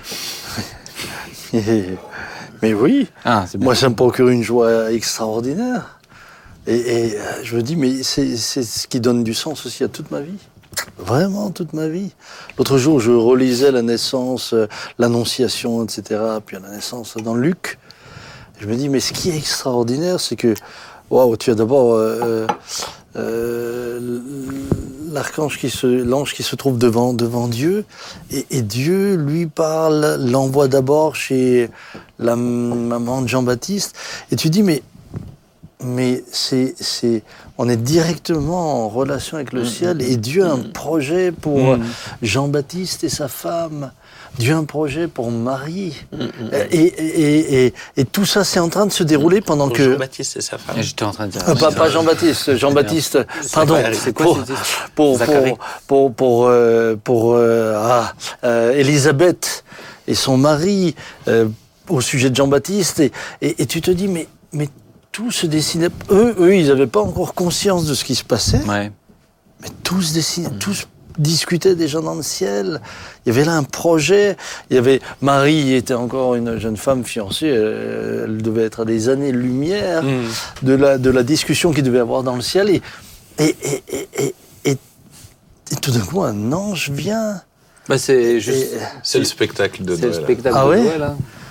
Speaker 2: Mais oui,
Speaker 1: Ah, c'est bien.
Speaker 2: moi ça me procure une joie extraordinaire. Et, et, euh, je me dis, mais c'est, c'est ce qui donne du sens aussi à toute ma vie. Vraiment, toute ma vie. L'autre jour, je relisais la naissance, euh, l'annonciation, et cetera, puis la naissance dans Luc. Je me dis, mais ce qui est extraordinaire, c'est que, waouh, tu as d'abord euh, euh, l'archange qui se, l'ange qui se trouve devant, devant Dieu, et, et Dieu lui parle, l'envoie d'abord chez la maman de Jean-Baptiste, et tu dis, mais mais c'est, c'est, on est directement en relation avec le
Speaker 4: Mmh,
Speaker 2: ciel, et Dieu a un projet pour
Speaker 1: Mmh.
Speaker 2: Jean-Baptiste et sa femme. Dieu a un projet pour Marie.
Speaker 4: Mmh, mmh.
Speaker 2: Et, et, et, et, et tout ça, c'est en train de se dérouler pendant
Speaker 3: Pour
Speaker 2: que...
Speaker 3: Jean-Baptiste et sa femme.
Speaker 1: Et J'étais en train de dire...
Speaker 2: Ah, pas, pas Jean-Baptiste, Jean-Baptiste, pardon.
Speaker 1: C'est quoi
Speaker 2: pour,
Speaker 1: ce titre?
Speaker 2: pour,
Speaker 1: Zacharie.
Speaker 2: pour, pour, pour, euh, pour euh, ah, euh, Élisabeth et son mari euh, au sujet de Jean-Baptiste. Et, et, et tu te dis, mais, mais tout se dessinait. Eux, eux ils n'avaient pas encore conscience de ce qui se passait,
Speaker 1: Ouais.
Speaker 2: mais tout se dessinait, tous discutaient déjà dans le ciel. Il y avait là un projet. Il y avait Marie était encore une jeune femme fiancée. Elle, elle devait être à des années-lumière
Speaker 1: Mmh.
Speaker 2: de la de la discussion qu'il devait avoir dans le ciel. Et et et et, et, et, et tout d'un coup, un ange vient.
Speaker 1: Bah, c'est juste...
Speaker 2: Et-
Speaker 3: C'est le spectacle de
Speaker 1: C'est le
Speaker 3: Noël.
Speaker 1: spectacle
Speaker 2: Ah
Speaker 1: de
Speaker 2: ouais
Speaker 1: Noël, hein.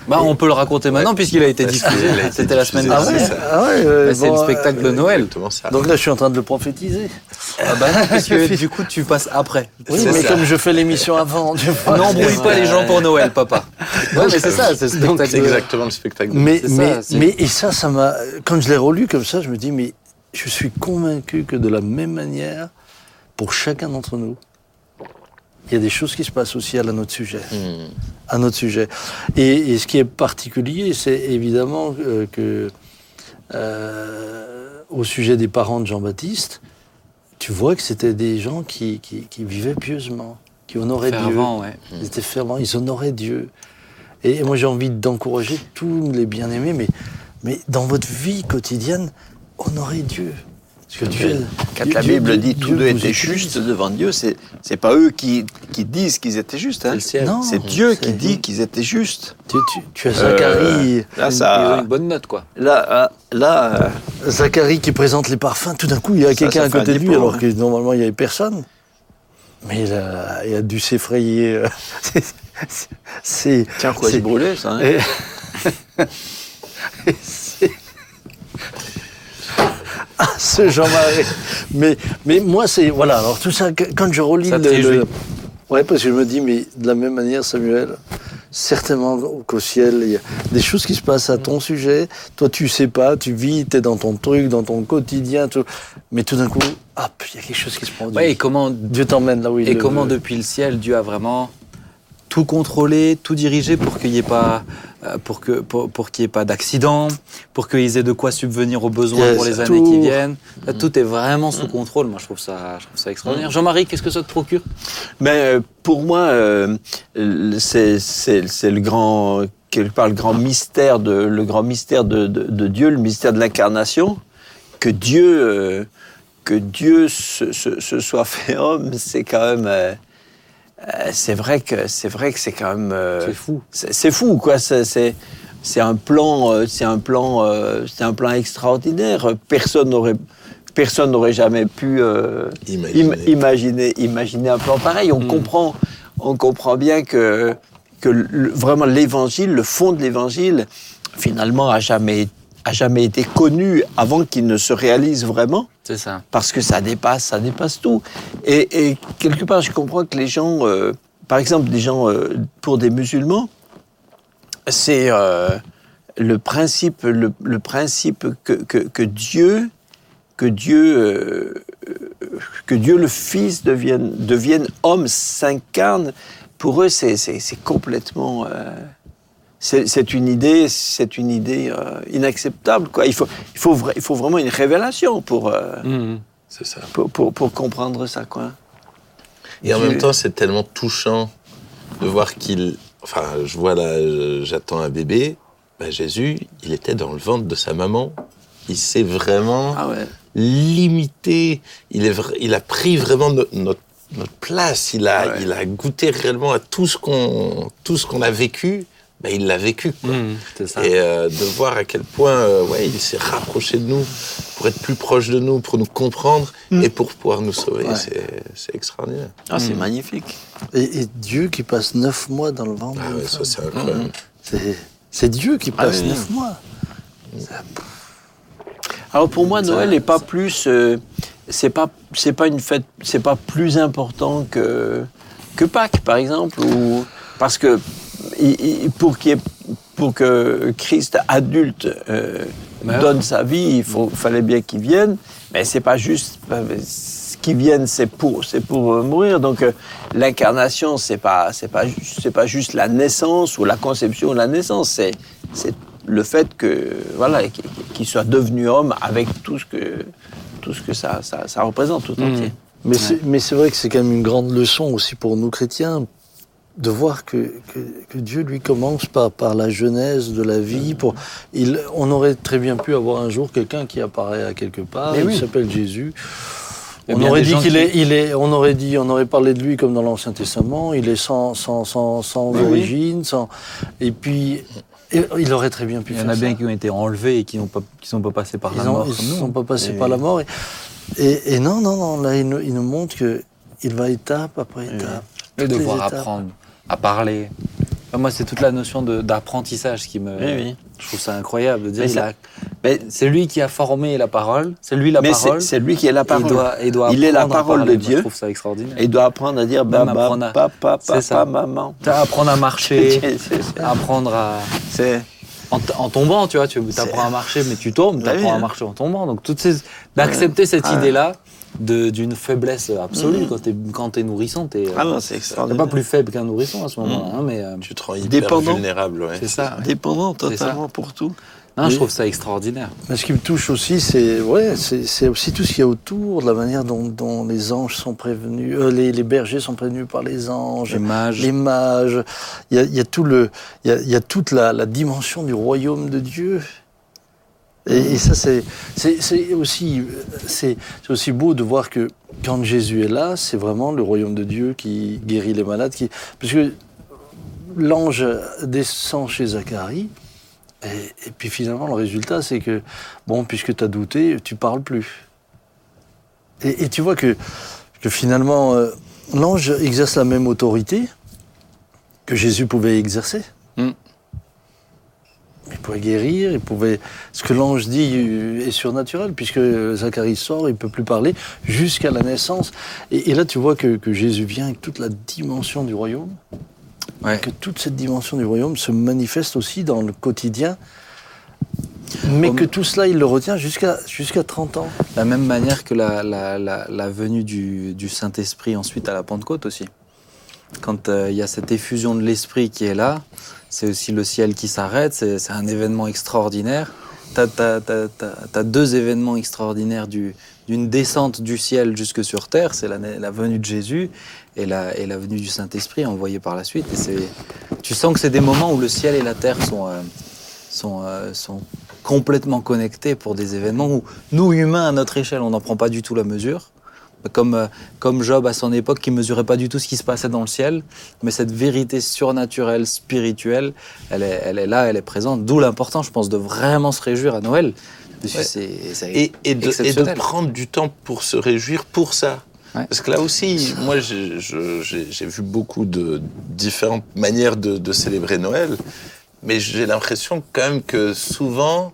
Speaker 1: Bah, on peut le raconter maintenant ouais. puisqu'il a été diffusé. A été C'était diffusé, la semaine dernière.
Speaker 2: Ah ouais, euh,
Speaker 1: bah, c'est bon, le spectacle euh, de Noël.
Speaker 2: Donc là, je suis en train de le prophétiser.
Speaker 1: Ah bah non, parce que du coup, tu passes après.
Speaker 2: Oui, c'est mais ça. Comme je fais l'émission avant, tu vois.
Speaker 1: N'embrouille pas les gens pour Noël, papa. Ouais, mais c'est ça, c'est,
Speaker 3: donc, c'est exactement le spectacle de
Speaker 2: mais,
Speaker 3: Noël.
Speaker 2: Mais,
Speaker 1: ça,
Speaker 2: mais, et ça, ça m'a. Quand je l'ai relu comme ça, je me dis, mais je suis convaincu que de la même manière, pour chacun d'entre nous, il y a des choses qui se passent aussi à notre sujet. Mmh. À notre sujet. Et, et ce qui est particulier, c'est évidemment euh, que, euh, au sujet des parents de Jean-Baptiste, tu vois que c'était des gens qui, qui, qui vivaient pieusement, qui honoraient
Speaker 1: fervent,
Speaker 2: Dieu.
Speaker 1: Ouais.
Speaker 2: Ils étaient fervents, ils honoraient Dieu. Et, et moi, j'ai envie d'encourager tous les bien-aimés, mais, mais dans votre vie quotidienne, honorez Dieu.
Speaker 4: Parce que Dieu, quand la Bible dit tous deux étaient justes devant Dieu, c'est c'est pas eux qui qui disent qu'ils étaient justes, hein.
Speaker 1: C'est,
Speaker 2: non,
Speaker 4: c'est Dieu c'est... qui dit qu'ils étaient justes.
Speaker 2: Tu, tu, tu as Zacharie,
Speaker 1: euh, là, ça, ils ont une bonne note quoi.
Speaker 2: Là, là, euh, Zacharie qui présente les parfums, tout d'un coup il y a ça, quelqu'un ça à côté de lui, alors hein. que normalement il y avait personne. Mais il a, il a dû s'effrayer. c'est, c'est,
Speaker 4: Tiens, quoi, c'est brûlé ça. Hein.
Speaker 2: Et... et c'est... Ah, ce Jean-Marie. Mais, mais moi, c'est... Voilà, alors tout ça, quand je relis
Speaker 1: ça
Speaker 2: le... le ouais, parce que je me dis, mais de la même manière, Samuel, certainement qu'au ciel, il y a des choses qui se passent à ton sujet. Toi, tu sais pas, tu vis, tu es dans ton truc, dans ton quotidien, tout... mais tout d'un coup, hop, il y a quelque chose qui se produit.
Speaker 1: Ouais, et comment...
Speaker 2: Dieu t'emmène là où il
Speaker 1: Et
Speaker 2: le
Speaker 1: comment,
Speaker 2: veut.
Speaker 1: Depuis le ciel, Dieu a vraiment tout contrôlé, tout dirigé pour qu'il n'y ait pas... Pour, que, pour, pour qu'il n'y ait pas d'accident, pour qu'ils aient de quoi subvenir aux besoins yes, pour les années tout. qui viennent. Là, tout est vraiment sous contrôle. Moi, je trouve ça, je trouve ça extraordinaire. Jean-Marie, qu'est-ce que ça te procure ?
Speaker 4: Ben, pour moi, euh, c'est, c'est, c'est le grand, quelque part, le grand mystère de, le grand mystère de, de, de Dieu, le mystère de l'incarnation, que Dieu, euh, que Dieu se, se, se soit fait homme, c'est quand même. Euh, Euh, c'est vrai que c'est vrai que c'est quand même euh,
Speaker 1: c'est fou
Speaker 4: c'est, c'est fou quoi c'est, c'est c'est un plan euh, c'est un plan euh, c'est un plan extraordinaire personne n'aurait personne n'aurait jamais pu euh,
Speaker 3: imaginer.
Speaker 4: Im- imaginer imaginer un plan pareil on mmh. comprend on comprend bien que que le, vraiment l'évangile le fond de l'évangile finalement a jamais a jamais été connu avant qu'il ne se réalise vraiment.
Speaker 1: C'est ça.
Speaker 4: Parce que ça dépasse, ça dépasse tout. Et, et quelque part, je comprends que les gens, euh, par exemple, des gens, euh, pour des musulmans, c'est euh, le principe, le, le principe que, que, que Dieu, que Dieu, euh, que Dieu le Fils devienne, devienne homme, s'incarne. Pour eux, c'est, c'est, c'est complètement. Euh, C'est, c'est une idée, c'est une idée euh, inacceptable, quoi. Il faut, il faut, il faut vraiment une révélation pour, euh,
Speaker 3: mmh, c'est ça.
Speaker 4: Pour, pour, pour comprendre ça, quoi.
Speaker 3: Et Dieu... en même temps, c'est tellement touchant de voir qu'il... Enfin, je vois là, j'attends un bébé. Ben, Jésus, il était dans le ventre de sa maman. Il s'est vraiment
Speaker 4: ah ouais.
Speaker 3: limité. Il, est, il a pris vraiment no, notre, notre place. Il a,
Speaker 4: ouais.
Speaker 3: il a goûté réellement à tout ce qu'on, tout ce qu'on a vécu. Ben, il l'a vécu, quoi.
Speaker 1: Mmh, c'est ça.
Speaker 3: Et euh, de voir à quel point euh, ouais, il s'est rapproché de nous pour être plus proche de nous, pour nous comprendre mmh. et pour pouvoir nous sauver. Ouais. C'est, c'est extraordinaire.
Speaker 4: Ah, c'est
Speaker 2: mmh.
Speaker 4: magnifique.
Speaker 2: Et, et Dieu qui passe neuf mois dans le ventre.
Speaker 3: Ah ouais, ça, c'est incroyable. Mmh.
Speaker 2: C'est, c'est Dieu qui passe ah, oui. neuf mois.
Speaker 3: Mmh.
Speaker 4: Alors pour moi, Noël n'est pas plus... Euh, c'est pas, c'est pas une fête... C'est pas plus important que, que Pâques, par exemple. Ou, parce que Pour, qu'il y ait, pour que Christ adulte euh, donne sa vie, il faut, fallait bien qu'il vienne, mais c'est pas juste qu'il vienne, c'est pour, c'est pour mourir. Donc euh, l'incarnation, c'est pas, c'est pas, c'est pas juste la naissance ou la conception ou la naissance, c'est, c'est le fait que voilà, qu'il soit devenu homme avec tout ce que, tout ce que ça, ça, ça représente tout entier.
Speaker 2: Mmh. Mais, ouais. c'est, mais c'est vrai que c'est quand même une grande leçon aussi pour nous chrétiens. De voir que, que, que Dieu, lui, commence par, par la genèse de la vie. Pour, il, on aurait très bien pu avoir un jour quelqu'un qui apparaît à quelque part, mais il oui. s'appelle Jésus. On aurait dit qu'il qui... est, il est, on aurait dit, on aurait parlé de lui comme dans l'Ancien Testament. Il est sans, sans, sans, sans oui, origine, oui. sans. Et puis, il aurait très bien pu faire ça.
Speaker 1: Il y en a bien ça. Qui ont été enlevés et qui n'ont pas, qui sont pas passés par
Speaker 2: ils
Speaker 1: la
Speaker 2: ont,
Speaker 1: mort.
Speaker 2: Ils ne sont pas passés et par oui. la mort. Et, et, et non, non, non. Là, il nous, il nous montre que il va étape après étape.
Speaker 1: Et devoir apprendre à parler, Moi, c'est toute la notion de, d'apprentissage qui me...
Speaker 4: Oui, oui.
Speaker 1: Je trouve ça incroyable de dire...
Speaker 4: Mais
Speaker 1: il
Speaker 4: ça,
Speaker 1: a,
Speaker 4: mais,
Speaker 1: c'est lui qui a formé la parole, c'est lui la
Speaker 4: mais
Speaker 1: parole.
Speaker 4: C'est, c'est lui qui est la parole.
Speaker 1: Il, doit, il, doit
Speaker 4: il est la
Speaker 1: à
Speaker 4: parole
Speaker 1: parler.
Speaker 4: de Dieu.
Speaker 1: Moi, je trouve ça extraordinaire.
Speaker 4: Et il doit apprendre à dire baba,
Speaker 1: à...
Speaker 4: papa,
Speaker 1: c'est ça.
Speaker 4: papa, maman.
Speaker 1: Apprendre à marcher,
Speaker 4: c'est, c'est, c'est...
Speaker 1: apprendre à...
Speaker 4: C'est...
Speaker 1: En, t- en tombant, tu vois, tu apprends à marcher, mais tu tombes, tu apprends oui, à marcher en tombant. Donc, toutes ces... d'accepter ouais. cette ouais. idée-là de, d'une faiblesse absolue mmh. quand t'es, quand t'es nourrisson, t'es,
Speaker 4: ah non, c'est extraordinaire.
Speaker 1: T'es pas plus faible qu'un nourrisson à ce moment-là. Mmh. Hein, mais, euh,
Speaker 3: tu te rends hyper dépendant. vulnérable. Ouais.
Speaker 1: C'est ça. Ouais.
Speaker 4: Dépendant totalement pour tout.
Speaker 1: Non, oui. Je trouve ça extraordinaire.
Speaker 2: Mais ce qui me touche aussi, c'est, ouais, c'est, c'est aussi tout ce qu'il y a autour, de la manière dont, dont les anges sont prévenus, euh, les, les bergers sont prévenus par les anges,
Speaker 1: les mages.
Speaker 2: Les mages. Il y a, il y a tout le, il y a, il y a toute la, la dimension du royaume de Dieu. Et, et ça, c'est, c'est, c'est aussi, c'est, c'est aussi beau de voir que quand Jésus est là, c'est vraiment le royaume de Dieu qui guérit les malades, qui, parce que l'ange descend chez Zacharie. Et, et puis finalement, le résultat, c'est que, bon, puisque tu as douté, tu parles plus. Et, et tu vois que, que finalement, euh, l'ange exerce la même autorité que Jésus pouvait exercer. Mm. Il pouvait guérir, il pouvait... Ce que l'ange dit est surnaturel, puisque Zacharie sort, il ne peut plus parler, jusqu'à la naissance. Et, et là, tu vois que, que Jésus vient avec toute la dimension du royaume. Ouais. Que toute cette dimension du royaume se manifeste aussi dans le quotidien, mais Comme... que tout cela, il le retient jusqu'à, jusqu'à trente ans.
Speaker 1: De la même manière que la, la, la, la venue du, du Saint-Esprit ensuite à la Pentecôte aussi. Quand il euh, y a cette effusion de l'Esprit qui est là, c'est aussi le ciel qui s'arrête, c'est, c'est un événement extraordinaire. T'as, t'as, t'as, t'as, t'as deux événements extraordinaires du, d'une descente du ciel jusque sur terre, c'est la, la venue de Jésus et la, et la venue du Saint-Esprit envoyé par la suite. Et c'est, tu sens que c'est des moments où le ciel et la terre sont, euh, sont, euh, sont complètement connectés pour des événements où nous, humains, à notre échelle, on n'en prend pas du tout la mesure. Comme, euh, comme Job à son époque, qui ne mesurait pas du tout ce qui se passait dans le ciel, mais cette vérité surnaturelle, spirituelle, elle est, elle est là, elle est présente. D'où l'importance, je pense, de vraiment se réjouir à Noël.
Speaker 3: Ouais. C'est, c'est et, et, de, et de prendre du temps pour se réjouir pour ça. Ouais. Parce que là aussi, moi, j'ai, je, j'ai, j'ai vu beaucoup de différentes manières de, de célébrer Noël, mais j'ai l'impression quand même que souvent,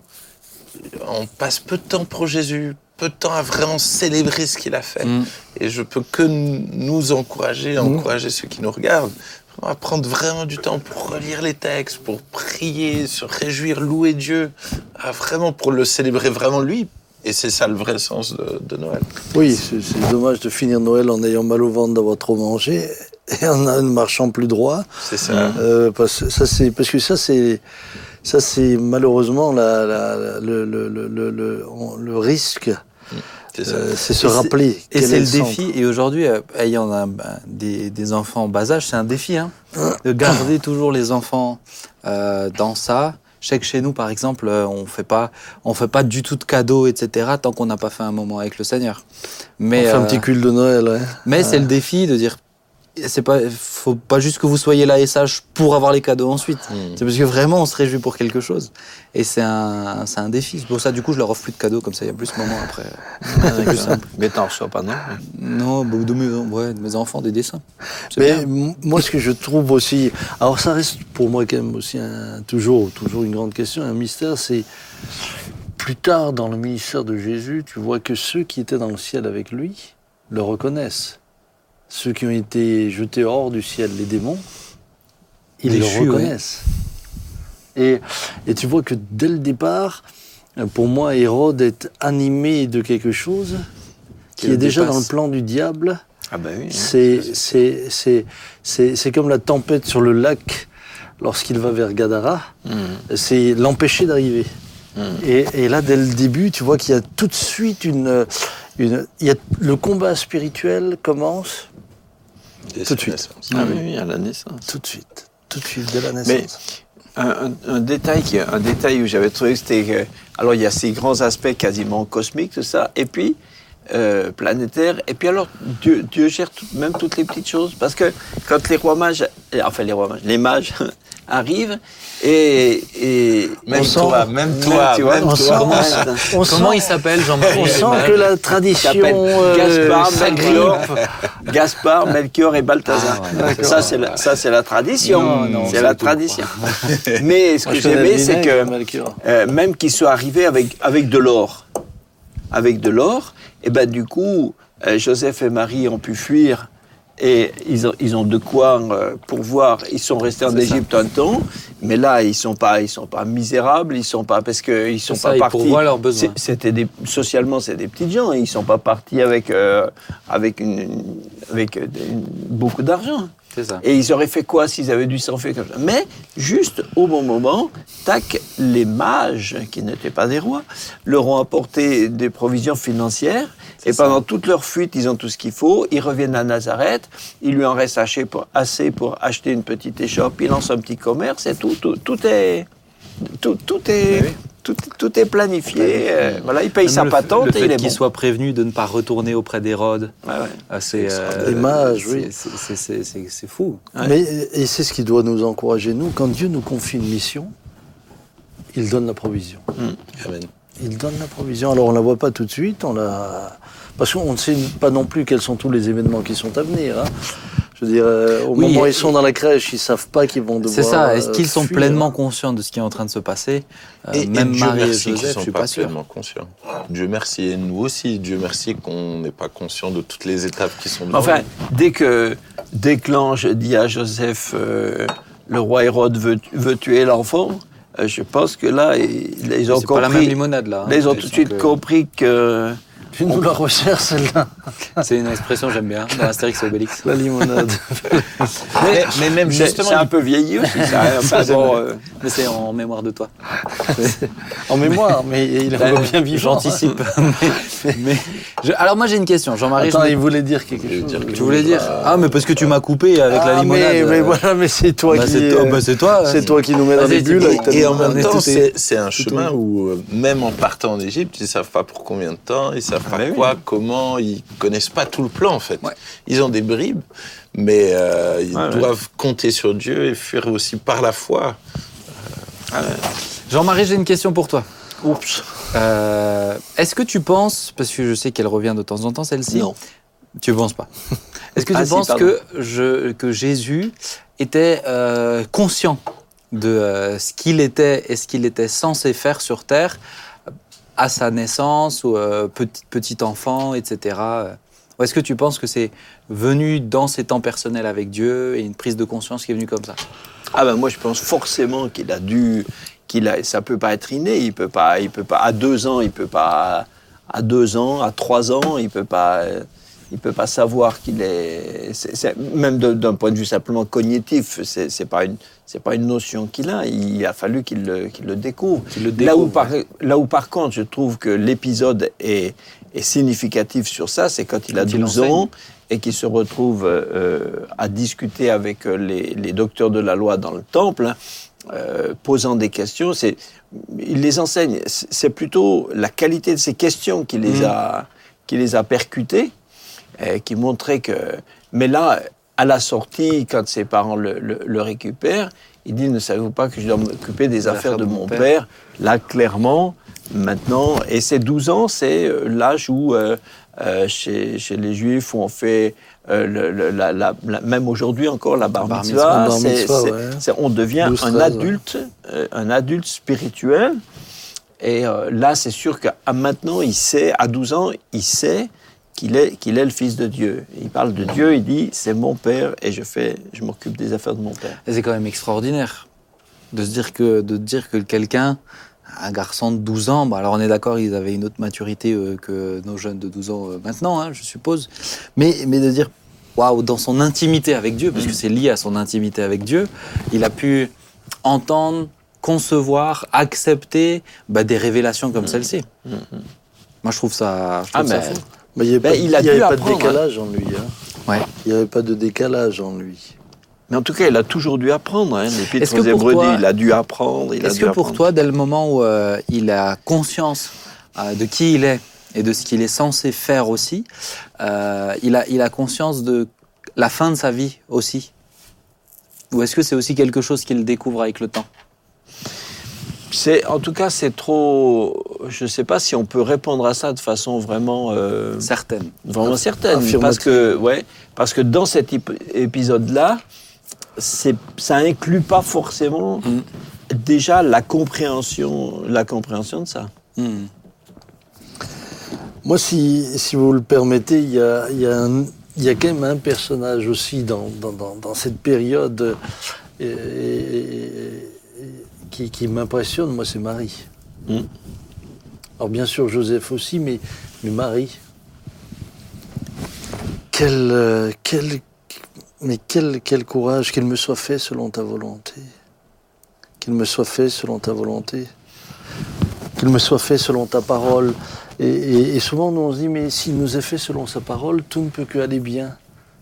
Speaker 3: on passe peu de temps pour Jésus, peu de temps à vraiment célébrer ce qu'il a fait. Mmh. Et je peux que nous encourager, mmh. encourager ceux qui nous regardent, à prendre vraiment du temps pour relire les textes, pour prier, se réjouir, louer Dieu, à vraiment pour le célébrer vraiment lui. Et c'est ça le vrai sens de, de Noël.
Speaker 2: Oui, c'est, c'est dommage de finir Noël en ayant mal au ventre d'avoir trop mangé et en ne marchant plus droit.
Speaker 3: C'est ça.
Speaker 2: Euh, parce, ça c'est, parce que ça, c'est, ça, c'est malheureusement la, la, la, le, le, le, le, le, le risque.
Speaker 3: C'est, ça.
Speaker 2: Euh, c'est se rappeler.
Speaker 1: C'est, et c'est le, le défi. Et aujourd'hui, ayant un, des, des enfants en bas âge, c'est un défi, hein, de garder toujours les enfants euh, dans ça. Je sais que chez nous, par exemple, on fait pas, on fait pas du tout de cadeaux, et cetera, tant qu'on n'a pas fait un moment avec le Seigneur.
Speaker 2: Mais, on fait euh, un petit culte de Noël, ouais.
Speaker 1: Mais ouais. C'est le défi de dire, c'est pas, faut pas juste que vous soyez là et sage pour avoir les cadeaux ensuite. Mmh. C'est parce que vraiment, on se réjouit pour quelque chose. Et c'est un, c'est un défi. C'est pour ça, du coup, je leur offre plus de cadeaux, comme ça, il y a plus de moments après.
Speaker 4: C'est plus simple. Mais t'en reçois pas, non?
Speaker 1: Non, de mes, ouais, de mes enfants, des dessins.
Speaker 2: C'est Mais bien. Moi, ce que je trouve aussi, alors ça reste pour moi quand même aussi un, toujours, toujours une grande question, un mystère, c'est plus tard dans le ministère de Jésus, tu vois que ceux qui étaient dans le ciel avec lui le reconnaissent. Ceux qui ont été jetés hors du ciel, les démons, ils le reconnaissent. Ouais. Et, et tu vois que dès le départ, pour moi, Hérode est animé de quelque chose qui, qui est déjà dépasse. Dans le plan du diable.
Speaker 4: Ah ben oui.
Speaker 2: C'est, hein. c'est, c'est, c'est, c'est comme la tempête sur le lac lorsqu'il va vers Gadara. Mmh. C'est l'empêcher d'arriver. Mmh. Et, et là, dès le début, tu vois qu'il y a tout de suite une... une il y a, le combat spirituel commence...
Speaker 3: Dès
Speaker 2: tout de suite.
Speaker 4: Ah oui, oui, à la naissance.
Speaker 2: Tout de suite. Tout de suite, dès la naissance.
Speaker 4: Mais un, un, un, détail, un détail où j'avais trouvé, c'était que... Alors, il y a ces grands aspects quasiment cosmiques, tout ça, et puis euh, planétaires. Et puis alors, Dieu, Dieu gère tout, même toutes les petites choses. Parce que quand les rois mages... Enfin, les rois mages, les mages arrive et, et
Speaker 3: même
Speaker 2: sent,
Speaker 3: toi, même toi,
Speaker 4: tu vois,
Speaker 3: même
Speaker 2: on
Speaker 3: toi.
Speaker 2: sent,
Speaker 1: Comment,
Speaker 2: on
Speaker 1: comment
Speaker 2: sent-
Speaker 1: il s'appelle, Jean-Marie
Speaker 2: On sent
Speaker 1: Lémal
Speaker 2: que la tradition euh,
Speaker 4: Gaspard,
Speaker 2: s'agrippe.
Speaker 4: Melchior, Gaspard, Melchior et Balthazar.
Speaker 1: Ah, voilà,
Speaker 4: ça,
Speaker 1: d'accord.
Speaker 4: c'est la, ça, c'est la tradition.
Speaker 1: Non, non,
Speaker 4: c'est
Speaker 1: c'est
Speaker 4: la
Speaker 1: tout,
Speaker 4: tradition. Mais ce
Speaker 2: Moi,
Speaker 4: que
Speaker 2: je connais
Speaker 4: j'aimais,
Speaker 2: le
Speaker 4: c'est
Speaker 2: vinaigre,
Speaker 4: que
Speaker 2: Melchior.
Speaker 4: euh, même qu'ils soient arrivés avec, avec de l'or, avec de l'or, et ben du coup, euh, Joseph et Marie ont pu fuir. Et ils ont, ils ont de quoi euh, pourvoir. Ils sont restés en
Speaker 1: C'est
Speaker 4: Égypte un temps, mais là ils sont pas, ils sont pas misérables. Ils sont pas parce que ils sont
Speaker 1: C'est ça,
Speaker 4: pas
Speaker 1: ils
Speaker 4: partis.
Speaker 1: pourvoient leurs besoins.
Speaker 4: C'est- C'était des, socialement, c'est des petits gens. Ils sont pas partis avec euh, avec une, une- avec euh, une- beaucoup d'argent.
Speaker 1: C'est ça.
Speaker 4: Et ils auraient fait quoi s'ils avaient dû s'enfuir comme ça? Mais juste au bon moment, tac, les mages, qui n'étaient pas des rois, leur ont apporté des provisions financières. Et
Speaker 1: ça.
Speaker 4: pendant toute leur fuite, ils ont tout ce qu'il faut. Ils reviennent à Nazareth. Il lui en reste assez pour, assez pour acheter une petite échoppe. Il lance un petit commerce et tout, tout, tout est, tout, tout est,
Speaker 1: Oui, oui.
Speaker 4: tout, tout est planifié. Euh, voilà, il paye
Speaker 1: Même
Speaker 4: sa
Speaker 1: le,
Speaker 4: patente
Speaker 1: le
Speaker 4: et
Speaker 1: fait
Speaker 4: il est
Speaker 1: qu'il
Speaker 4: bon.
Speaker 1: soit prévenu de ne pas retourner auprès d'Hérode,
Speaker 4: Ouais, ouais.
Speaker 1: ah, c'est euh,
Speaker 2: Des mages, oui.
Speaker 1: c'est- c'est- c'est- c'est c'est fou.
Speaker 4: Ouais.
Speaker 2: Mais, et c'est ce qui doit nous encourager, nous. Quand Dieu nous confie une mission, il donne la provision.
Speaker 3: Amen.
Speaker 2: Il donne la provision. Alors on la voit pas tout de suite, on la... parce qu'on ne sait pas non plus quels sont tous les événements qui sont à venir. hein. Je veux dire, euh, au
Speaker 1: Oui,
Speaker 2: moment où
Speaker 1: et-
Speaker 2: ils sont dans la crèche, ils savent pas qu'ils vont devoir.
Speaker 1: C'est ça. Est-ce
Speaker 2: euh,
Speaker 1: qu'ils sont
Speaker 2: fuir.
Speaker 1: pleinement conscients de ce qui est en train de se passer? Euh,
Speaker 3: Et,
Speaker 1: Même
Speaker 3: et Dieu
Speaker 1: Marie et
Speaker 3: merci qu'ils
Speaker 1: Joseph,
Speaker 3: sont
Speaker 1: je suis
Speaker 3: pas,
Speaker 1: pas sûr.
Speaker 3: pleinement conscients. Dieu merci, et nous aussi. Dieu merci qu'on n'est pas conscient de toutes les étapes qui sont devant
Speaker 4: Enfin,
Speaker 3: nous.
Speaker 4: dès que, dès que l'ange dit à Joseph, euh, le roi Hérode veut, veut tuer l'enfant, euh, je pense que là, ils, ils ont
Speaker 1: C'est pas la même
Speaker 4: compris.
Speaker 1: limonade là. hein.
Speaker 4: Là, ils ont
Speaker 1: Je
Speaker 4: tout de
Speaker 1: sens
Speaker 4: suite
Speaker 1: que
Speaker 4: compris que.
Speaker 2: Tu nous la recherches celle-là,
Speaker 1: C'est une expression que j'aime bien dans Astérix et Obélix.
Speaker 2: la limonade.
Speaker 3: Mais, mais même
Speaker 4: C'est
Speaker 3: justement,
Speaker 4: c'est un peu vieilli aussi, ça. Enfin, bon, euh,
Speaker 1: Mais c'est en mémoire de toi.
Speaker 2: En mémoire, mais il est
Speaker 1: Ben,
Speaker 2: encore bien vivant.
Speaker 1: J'anticipe. mais, mais- je- alors moi j'ai une question, Jean-Marie.
Speaker 2: Attends,
Speaker 1: je
Speaker 2: il
Speaker 1: me-
Speaker 2: voulait dire quelque
Speaker 3: voulais
Speaker 2: chose.
Speaker 3: dire que
Speaker 1: Tu voulais dire Ah mais parce que tu m'as coupé avec la
Speaker 2: Ah,
Speaker 1: limonade.
Speaker 2: mais, mais
Speaker 1: euh,
Speaker 2: voilà, mais c'est toi
Speaker 1: bah,
Speaker 2: qui.
Speaker 1: c'est toi,
Speaker 2: euh,
Speaker 1: bah, c'est toi.
Speaker 2: c'est toi qui nous mets dans
Speaker 1: Vas-y,
Speaker 2: les bulles.
Speaker 1: tu-
Speaker 2: avec ta
Speaker 3: et en
Speaker 2: limonade.
Speaker 3: même temps,
Speaker 1: tout est-
Speaker 3: c'est c'est un
Speaker 1: tout
Speaker 3: chemin
Speaker 1: est-
Speaker 3: où, euh, même en partant en Égypte, ils savent pas pour combien de temps, ils savent pas
Speaker 4: mais oui.
Speaker 3: quoi, comment, ils connaissent pas tout le plan en fait.
Speaker 1: Ouais.
Speaker 3: Ils ont des bribes, mais euh, ils
Speaker 4: Ouais, ouais.
Speaker 3: doivent compter sur Dieu et fuir aussi par la foi.
Speaker 1: Jean-Marie, j'ai une question pour toi.
Speaker 2: Oups.
Speaker 1: Euh, Est-ce que tu penses, parce que je sais qu'elle revient de temps en temps celle-ci,
Speaker 2: Non.
Speaker 1: tu penses pas. Est-ce que tu
Speaker 4: Ah, si,
Speaker 1: penses
Speaker 4: pardon.
Speaker 1: que, je, que Jésus était euh, conscient de euh, ce qu'il était et ce qu'il était censé faire sur terre à sa naissance ou euh, petit, petit enfant, et cetera. Ou est-ce que tu penses que c'est venu dans ses temps personnels avec Dieu et une prise de conscience qui est venue comme ça?
Speaker 4: Ah ben moi je pense forcément qu'il a dû, qu'il a, ça peut pas être inné, il peut pas, il peut pas, à deux ans il peut pas, à deux ans, à trois ans il peut pas, euh, il peut pas savoir qu'il est, c'est, c'est- même de- d'un point de vue simplement cognitif, c'est, c'est pas une, c'est pas une notion qu'il a, il a fallu qu'il le, qu'il le découvre.
Speaker 1: Qu'il le
Speaker 4: Là où
Speaker 1: découvre,
Speaker 4: par, là où par contre je trouve que l'épisode est, est significatif sur ça, c'est quand il a
Speaker 1: Quand il
Speaker 4: douze
Speaker 1: enseigne.
Speaker 4: ans et qui se retrouve euh, à discuter avec euh, les, les docteurs de la loi dans le temple, hein, euh, posant des questions. C'est, il les enseigne. C'est c'est plutôt la qualité de ces questions qui les
Speaker 1: Mhm.
Speaker 4: a, qui les a percutées, euh, qui montrait que. Mais là, à la sortie, quand ses parents le, le, le récupèrent, il dit, ne savez-vous pas que je dois m'occuper des affaires de mon père? Là, clairement, maintenant, et ces douze ans, c'est euh, l'âge où, euh, euh, chez, chez les Juifs, où on fait, euh, le, le- la, la- la- même aujourd'hui encore, la bar
Speaker 1: bar
Speaker 4: mitzvah,
Speaker 2: mitzvah, bar
Speaker 4: c'est-
Speaker 2: mitzvah,
Speaker 4: c'est-
Speaker 2: ouais.
Speaker 4: c'est- on devient
Speaker 2: douze,
Speaker 4: un
Speaker 2: treize,
Speaker 4: adulte, euh, un adulte spirituel. Et euh, là, c'est sûr qu'à maintenant, il sait, à douze ans, il sait qu'il est, qu'il est le fils de Dieu. Il parle de Dieu, il dit, c'est mon père et je, fais, je m'occupe des affaires de mon père.
Speaker 1: Et c'est quand même extraordinaire de se dire que, de dire que quelqu'un, un garçon de douze ans, bah alors on est d'accord, ils avaient une autre maturité euh, que nos jeunes de douze ans euh, maintenant, hein, je suppose, mais, mais de dire, waouh, dans son intimité avec Dieu, parce que c'est lié à son intimité avec Dieu, il a pu entendre, concevoir, accepter bah, des révélations comme celle-ci. Moi, je trouve ça, je trouve
Speaker 4: Ah,
Speaker 1: ça
Speaker 4: mais-
Speaker 1: fou.
Speaker 2: Mais il n'y avait,
Speaker 4: Ben,
Speaker 2: pas,
Speaker 4: il a
Speaker 2: il y avait
Speaker 4: dû
Speaker 2: pas de
Speaker 4: apprendre,
Speaker 2: décalage en lui. Hein.
Speaker 1: Ouais.
Speaker 2: Il n'y avait pas de décalage en lui.
Speaker 4: Mais en tout cas, il a toujours dû apprendre. Hein. L'Épître
Speaker 1: Est-ce que
Speaker 4: aux
Speaker 1: pour
Speaker 4: Hébreux
Speaker 1: toi-
Speaker 4: dit, il a dû apprendre. Il a
Speaker 1: Est-ce
Speaker 4: dû
Speaker 1: que pour
Speaker 4: apprendre.
Speaker 1: toi, dès le moment où euh, il a conscience euh, de qui il est et de ce qu'il est censé faire aussi, euh, il, a, il a conscience de la fin de sa vie aussi? Ou est-ce que c'est aussi quelque chose qu'il découvre avec le temps ?
Speaker 4: C'est, en tout cas, c'est trop... Je ne sais pas si on peut répondre à ça de façon vraiment... Euh,
Speaker 1: certaine.
Speaker 4: Vraiment certaine. Parce que, ouais, parce que dans cet ép- épisode-là, c'est, ça inclut pas forcément mm. déjà la compréhension, la compréhension de ça. Mm.
Speaker 2: Moi, si, si vous le permettez, il y a, y, a y a quand même un personnage aussi dans, dans, dans, dans cette période... Et, et, Qui, qui m'impressionne, moi, c'est Marie. Mmh. Alors, bien sûr, Joseph aussi, mais, mais Marie. Quel, euh, quel, mais quel, quel courage, qu'il me soit fait selon ta volonté. Qu'il me soit fait selon ta volonté. Qu'il me soit fait selon ta parole. Et, et, et souvent, nous, on se dit, mais s'il nous est fait selon sa parole, tout ne peut que aller bien.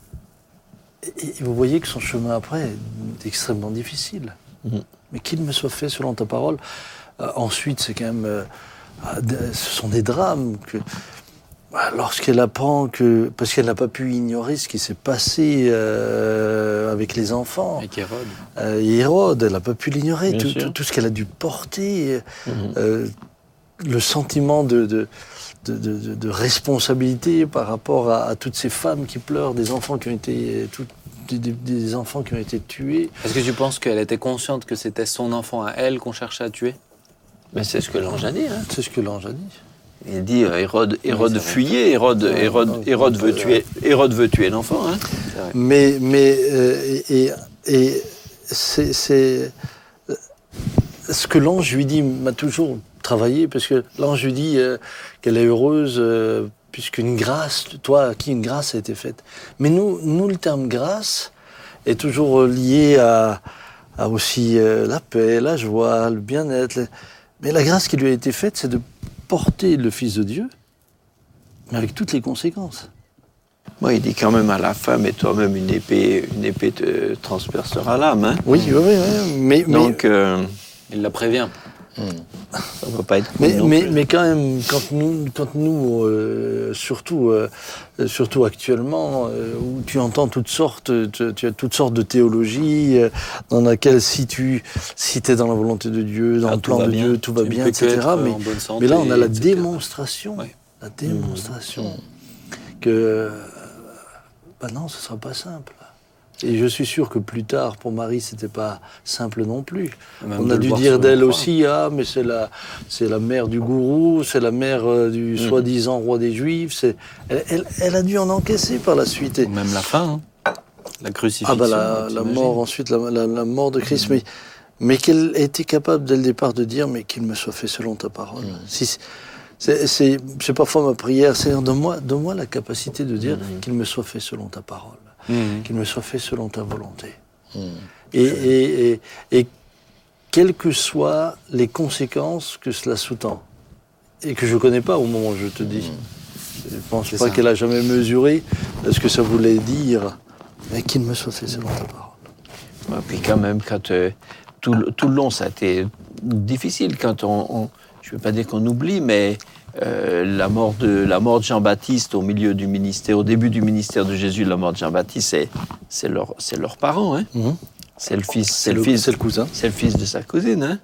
Speaker 2: Et, et vous voyez que son chemin après est extrêmement difficile. Mmh. Mais qu'il me soit fait selon ta parole. Euh, ensuite, c'est quand même... Euh, ce sont des drames. Que, bah, lorsqu'elle apprend que... Parce qu'elle n'a pas pu ignorer ce qui s'est passé euh, avec les enfants.
Speaker 1: Avec Hérode.
Speaker 2: Euh, Hérode, elle n'a pas pu l'ignorer. Tout, tout, tout ce qu'elle a dû porter. Mm-hmm. Euh, le sentiment de, de, de, de, de responsabilité par rapport à, à toutes ces femmes qui pleurent, des enfants qui ont été... Tout, Des, des enfants qui ont été tués.
Speaker 1: Est-ce que tu penses qu'elle était consciente que c'était son enfant à elle qu'on cherchait à tuer ?
Speaker 4: Mais c'est ce que l'ange a dit. Hein.
Speaker 2: C'est ce que l'ange a dit.
Speaker 4: Il dit euh, Hérode, Hérode oui, fuyait, Hérode, ouais, Hérode, non, Hérode, veut tuer, Hérode veut tuer l'enfant. Hein.
Speaker 2: Mais, mais euh, et, et c'est, c'est ce que l'ange lui dit m'a toujours travaillé, parce que l'ange lui dit euh, qu'elle est heureuse. Euh, puisqu'une grâce, toi à qui une grâce a été faite. Mais nous, nous le terme grâce est toujours lié à, à aussi euh, la paix, la joie, le bien-être. Mais la grâce qui lui a été faite, c'est de porter le Fils de Dieu, mais avec toutes les conséquences.
Speaker 4: Moi, il dit quand même à la fin, mais toi-même une épée, une épée te transpercera l'âme. Hein.
Speaker 2: Oui, oui, oui. Mais,
Speaker 4: Donc,
Speaker 2: mais...
Speaker 4: Euh...
Speaker 1: il la prévient.
Speaker 4: Ça ne va pas être
Speaker 2: mais, mais, mais quand même, quand nous, quand nous euh, surtout, euh, surtout actuellement, euh, où tu entends toutes sortes, tu, tu as toutes sortes de théologies euh, dans laquelle si tu si es dans la volonté de Dieu, dans ah, le plan de bien. Dieu, tout va tu bien, et cetera. Mais, santé, mais là, on a la et cetera. démonstration, ouais. la démonstration mmh. que bah non, ce ne sera pas simple. Et je suis sûr que plus tard, pour Marie, c'était pas simple non plus. Même on a dû dire d'elle aussi, ah, mais c'est la, c'est la mère du gourou, c'est la mère euh, du mmh. soi-disant roi des Juifs. C'est... Elle, elle, elle a dû en encaisser par la suite. Et...
Speaker 1: Même la fin, hein. La crucifixion.
Speaker 2: Ah bah la, la mort ensuite, la, la, la mort de Christ. Mmh. Mais, mais qu'elle était capable dès le départ de dire, mais qu'il me soit fait selon ta parole. Mmh. Si, c'est, c'est, c'est parfois ma prière, Seigneur, donne-moi, donne-moi la capacité de dire mmh. qu'il me soit fait selon ta parole. Mmh. Qu'il me soit fait selon ta volonté. Mmh. Et, et, et, et quelles que soient les conséquences que cela sous-tend, et que je ne connais pas au moment où je te dis, mmh. je ne pense C'est pas ça. Qu'elle a jamais mesuré ce que ça voulait dire, mais qu'il me soit fait selon ta parole.
Speaker 4: Ouais, puis quand même, quand, euh, tout, tout le long, ça a été difficile, quand on, on je ne veux pas dire qu'on oublie, mais... Euh, la mort de la mort de Jean-Baptiste au milieu du ministère, au début du ministère de Jésus, la mort de Jean-Baptiste, c'est c'est leur c'est leurs parents, hein. Mmh. C'est le fils, c'est, c'est le, le fils,
Speaker 2: c'est le cousin,
Speaker 4: c'est le fils de sa cousine, hein.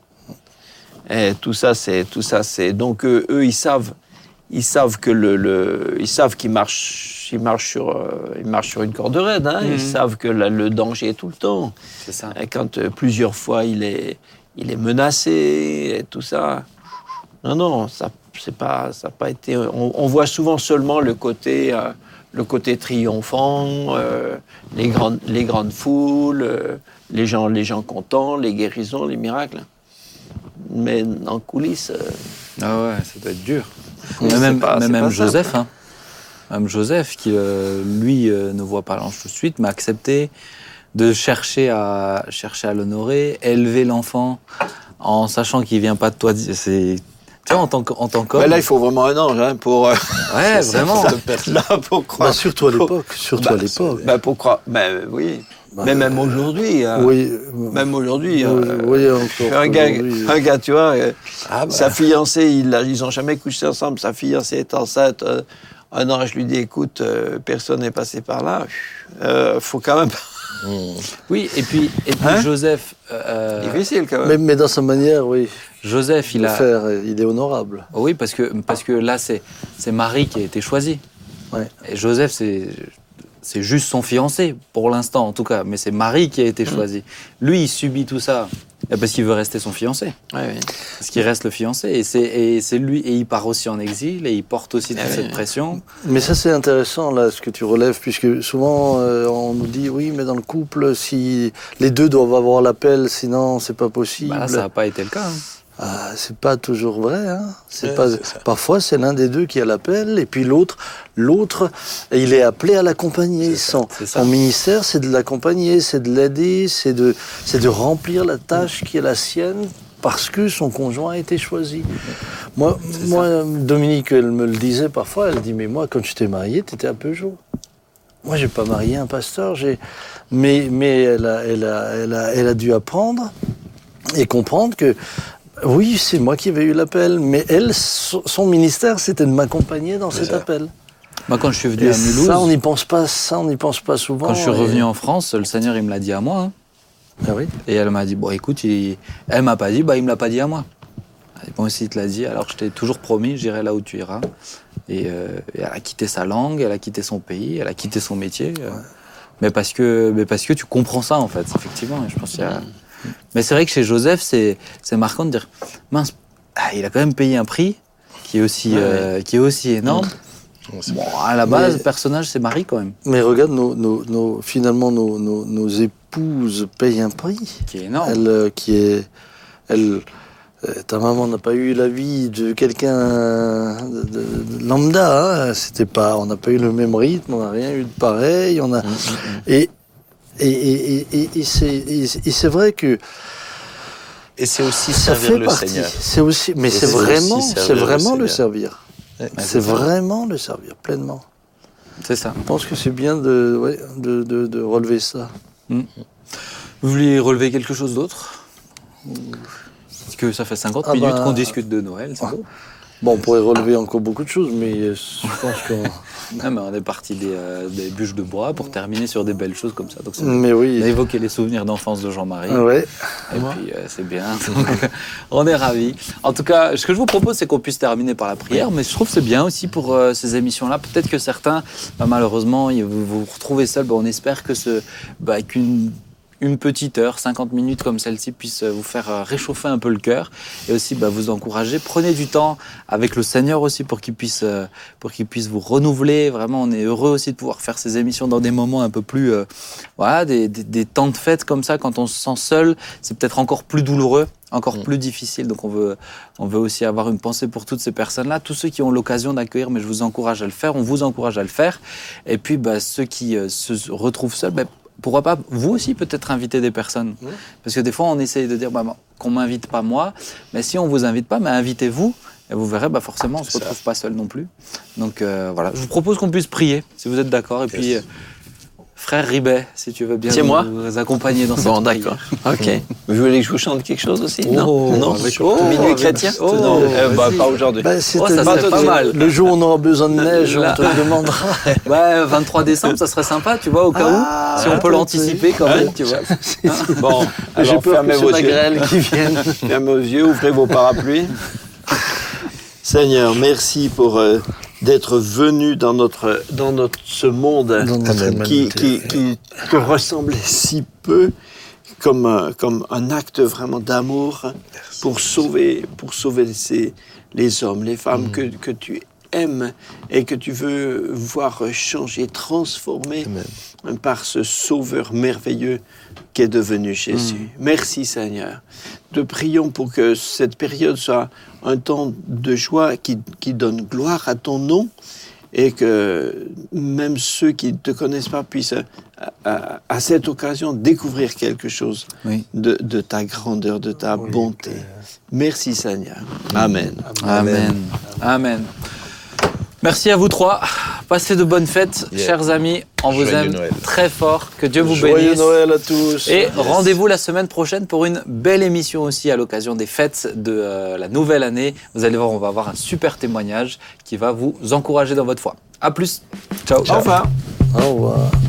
Speaker 4: Et tout ça, c'est tout ça, c'est donc eux, eux ils savent, ils savent que le, le ils savent qu'ils marchent, ils marchent sur euh, ils marchent sur une corde raide, hein. Mmh. Ils savent que la, le danger est tout le temps.
Speaker 1: C'est ça.
Speaker 4: Et quand euh, plusieurs fois il est il est menacé et tout ça. Non non, ça c'est pas, ça n'a pas été. On, on voit souvent seulement le côté, euh, le côté triomphant, euh, les grandes, les grandes foules, euh, les gens, les gens contents, les guérisons, les miracles. Mais en coulisses. Euh...
Speaker 1: Ah ouais, ça doit être dur. Oui, mais même, pas, même, même Joseph, hein. Même Joseph, qui euh, lui euh, ne voit pas l'ange tout de suite, mais accepté de chercher à chercher à l'honorer, élever l'enfant en sachant qu'il vient pas de toi. C'est Tu vois, en tant, en tant qu'homme...
Speaker 4: Bah là, il faut vraiment un ange, hein, pour... Euh,
Speaker 1: ouais, vraiment. Ça,
Speaker 4: là, pour croire...
Speaker 2: Bah, surtout à l'époque, surtout
Speaker 4: bah,
Speaker 2: à l'époque.
Speaker 4: Bah, pour croire... Bah, oui. Bah, mais même aujourd'hui... Euh,
Speaker 2: oui.
Speaker 4: Même aujourd'hui...
Speaker 2: Oui,
Speaker 4: euh,
Speaker 2: oui encore
Speaker 4: un, gars,
Speaker 2: aujourd'hui.
Speaker 4: un gars, tu vois, euh,
Speaker 2: ah, bah.
Speaker 4: sa fiancée, ils n'ont jamais couché ensemble, sa fiancée est enceinte, euh, un ange lui dit, écoute, euh, personne n'est passé par là, il euh, faut quand même...
Speaker 1: Mmh. Oui, et puis, et puis hein Joseph...
Speaker 4: Euh, Difficile quand même.
Speaker 2: Mais, mais dans sa manière, oui.
Speaker 1: Joseph, il
Speaker 2: Le
Speaker 1: a...
Speaker 2: faire, il est honorable.
Speaker 1: Oui, parce que, parce que là, c'est, c'est Marie qui a été choisie.
Speaker 2: Ouais.
Speaker 1: Et Joseph, c'est... C'est juste son fiancé, pour l'instant en tout cas, mais c'est Marie qui a été choisie. Lui, il subit tout ça parce qu'il veut rester son fiancé.
Speaker 4: Oui, oui.
Speaker 1: Parce qu'il reste le fiancé. Et c'est, et c'est lui, et il part aussi en exil, et il porte aussi toute oui, cette oui. pression.
Speaker 2: Mais ça, c'est intéressant, là, ce que tu relèves, puisque souvent, euh, on nous dit, oui, mais dans le couple, si les deux doivent avoir l'appel, sinon, c'est pas possible.
Speaker 1: Bah là, ça n'a pas été le cas. Hein.
Speaker 2: Ah, c'est pas toujours vrai. Hein. C'est
Speaker 3: ouais,
Speaker 2: pas...
Speaker 3: c'est
Speaker 2: Parfois, c'est l'un des deux qui a l'appel, et puis l'autre, l'autre, il est appelé à l'accompagner.
Speaker 1: C'est
Speaker 2: son,
Speaker 1: ça,
Speaker 2: son ministère, c'est de l'accompagner, c'est de l'aider, c'est de, c'est de remplir la tâche qui est la sienne, parce que son conjoint a été choisi. Moi, moi Dominique, elle me le disait parfois, elle dit, mais moi, quand je t'ai marié, t'étais un peu jour. Moi, j'ai pas marié un pasteur, j'ai... mais, mais elle, a, elle, a, elle, a, elle a dû apprendre et comprendre que oui, c'est moi qui avais eu l'appel, mais elle, son ministère, c'était de m'accompagner dans cet appel.
Speaker 1: Moi, quand je suis venu
Speaker 2: et
Speaker 1: à Mulhouse...
Speaker 2: Ça, on n'y pense pas, ça, on n'y pense pas souvent.
Speaker 1: Quand je suis
Speaker 2: et...
Speaker 1: revenu en France, le Seigneur, il me l'a dit à moi. Hein.
Speaker 2: Ah oui.
Speaker 1: Et elle m'a dit, bon, écoute, il... elle m'a pas dit, bah, il me l'a pas dit à moi. Et bon, si il te l'a dit, alors je t'ai toujours promis, j'irai là où tu iras. Et, euh, et elle a quitté sa langue, elle a quitté son pays, elle a quitté son métier. Euh, ouais. mais, parce que, mais parce que tu comprends ça, en fait, effectivement. Et je pense qu'il y a... Mais c'est vrai que chez Joseph, c'est, c'est marquant de dire, mince, ah, il a quand même payé un prix qui est aussi, ouais, euh, qui est aussi énorme. Mmh. Bon, à la base, mais, le personnage, c'est Marie quand même.
Speaker 2: Mais regarde, nos, nos, nos, finalement, nos, nos, nos épouses payent un prix.
Speaker 1: Qui est énorme.
Speaker 2: Elle, euh, qui est, elle, euh, ta maman n'a pas eu la vie de quelqu'un de, de, de lambda. Hein. C'était pas, on n'a pas eu le même rythme, on n'a rien eu de pareil. On a, mmh, mmh. Et, Et, et, et, et, c'est, et, et c'est vrai que...
Speaker 3: Et c'est aussi servir le
Speaker 2: partie.
Speaker 3: Seigneur.
Speaker 2: C'est aussi, mais c'est,
Speaker 3: c'est
Speaker 2: vraiment, c'est vraiment le, le servir.
Speaker 3: Ouais,
Speaker 2: c'est, c'est vraiment le servir, pleinement.
Speaker 1: C'est ça.
Speaker 2: Je pense que c'est bien de, ouais, de, de, de relever ça.
Speaker 1: Mmh. Vous vouliez relever quelque chose d'autre ? Parce que ça fait cinquante ah minutes bah, qu'on discute de Noël, c'est beau.
Speaker 2: Bon, on pourrait relever encore beaucoup de choses, mais je pense qu'on...
Speaker 1: Non, mais on est parti des, euh, des bûches de bois pour terminer sur des belles choses comme ça. Donc,
Speaker 2: mais oui.
Speaker 1: On a évoqué les souvenirs d'enfance de Jean-Marie.
Speaker 2: Ouais.
Speaker 1: Et ouais. puis, euh, c'est bien. Donc, on est ravis. En tout cas, ce que je vous propose, c'est qu'on puisse terminer par la prière. Mais je trouve que c'est bien aussi pour euh, ces émissions-là. Peut-être que certains, bah, malheureusement, vous vous retrouvez seuls. Bah, on espère que ce, bah, qu'une une petite heure, cinquante minutes comme celle-ci puisse vous faire réchauffer un peu le cœur et aussi bah, vous encourager. Prenez du temps avec le Seigneur aussi pour qu'il puisse, pour qu'il puisse vous renouveler. Vraiment, on est heureux aussi de pouvoir faire ces émissions dans des moments un peu plus... Euh, voilà, des, des, des temps de fête comme ça, quand on se sent seul, c'est peut-être encore plus douloureux, encore mmh. plus difficile. Donc on veut, on veut aussi avoir une pensée pour toutes ces personnes-là, tous ceux qui ont l'occasion d'accueillir, mais je vous encourage à le faire, on vous encourage à le faire. Et puis bah, ceux qui euh, se retrouvent seuls, bah, pourquoi pas, vous aussi, peut-être inviter des personnes. Mmh. Parce que des fois, on essaye de dire bah, qu'on ne m'invite pas moi, mais si on ne vous invite pas, mais invitez-vous, et vous verrez, bah, forcément, on ne se retrouve pas seul non plus. Donc euh, voilà, je vous propose qu'on puisse prier, si vous êtes d'accord. Et yes. puis, euh, frère Ribet, si tu veux bien
Speaker 4: C'est
Speaker 1: nous,
Speaker 4: moi
Speaker 1: nous accompagner dans cette
Speaker 4: Bon, d'accord. Ok. Vous voulez que je vous chante quelque chose aussi ?
Speaker 2: Oh,
Speaker 4: non, non.
Speaker 2: avec
Speaker 4: oh, minuit avec... chrétien
Speaker 2: oh,
Speaker 4: non, euh, bah, pas aujourd'hui.
Speaker 2: Bah, c'est
Speaker 1: oh, ça serait pas mal.
Speaker 2: Le jour où on aura besoin de neige, on te le demandera.
Speaker 1: Ouais, vingt-trois décembre, ça serait sympa, tu vois, au cas
Speaker 2: ah,
Speaker 1: où. Si on peut l'anticiper quand même, tu vois.
Speaker 4: Bon, alors
Speaker 2: j'ai peur
Speaker 4: fermez
Speaker 2: que
Speaker 4: vos
Speaker 2: la
Speaker 4: yeux.
Speaker 2: grêle qui vienne.
Speaker 4: Fermez vos yeux, ouvrez vos parapluies.
Speaker 5: Seigneur, merci pour euh, d'être venu dans notre dans notre ce monde
Speaker 2: dans notre
Speaker 5: qui, qui, qui te ressemblait si peu, comme un, comme un acte vraiment d'amour pour sauver pour sauver ces, les hommes, les femmes mmh. que que tu aimes et que tu veux voir changer, transformer Amen. Par ce Sauveur merveilleux qu'est devenu Jésus. Mmh. Merci Seigneur. Te prions pour que cette période soit un temps de joie qui, qui donne gloire à ton nom et que même ceux qui ne te connaissent pas puissent à, à, à cette occasion découvrir quelque chose oui. de, de ta grandeur, de ta oui, bonté. Okay. Merci Seigneur. Amen.
Speaker 1: Amen. Amen. Amen. Merci à vous trois. Passez de bonnes fêtes, yeah. chers amis. On vous
Speaker 3: Joyeux
Speaker 1: aime
Speaker 3: Noël.
Speaker 1: très fort. Que Dieu vous
Speaker 2: Joyeux
Speaker 1: bénisse.
Speaker 2: Noël à tous.
Speaker 1: Et
Speaker 2: yes.
Speaker 1: rendez-vous la semaine prochaine pour une belle émission aussi à l'occasion des fêtes de euh, la nouvelle année. Vous allez voir, on va avoir un super témoignage qui va vous encourager dans votre foi. À plus. Ciao.
Speaker 4: Ciao. Au revoir.
Speaker 2: Au revoir.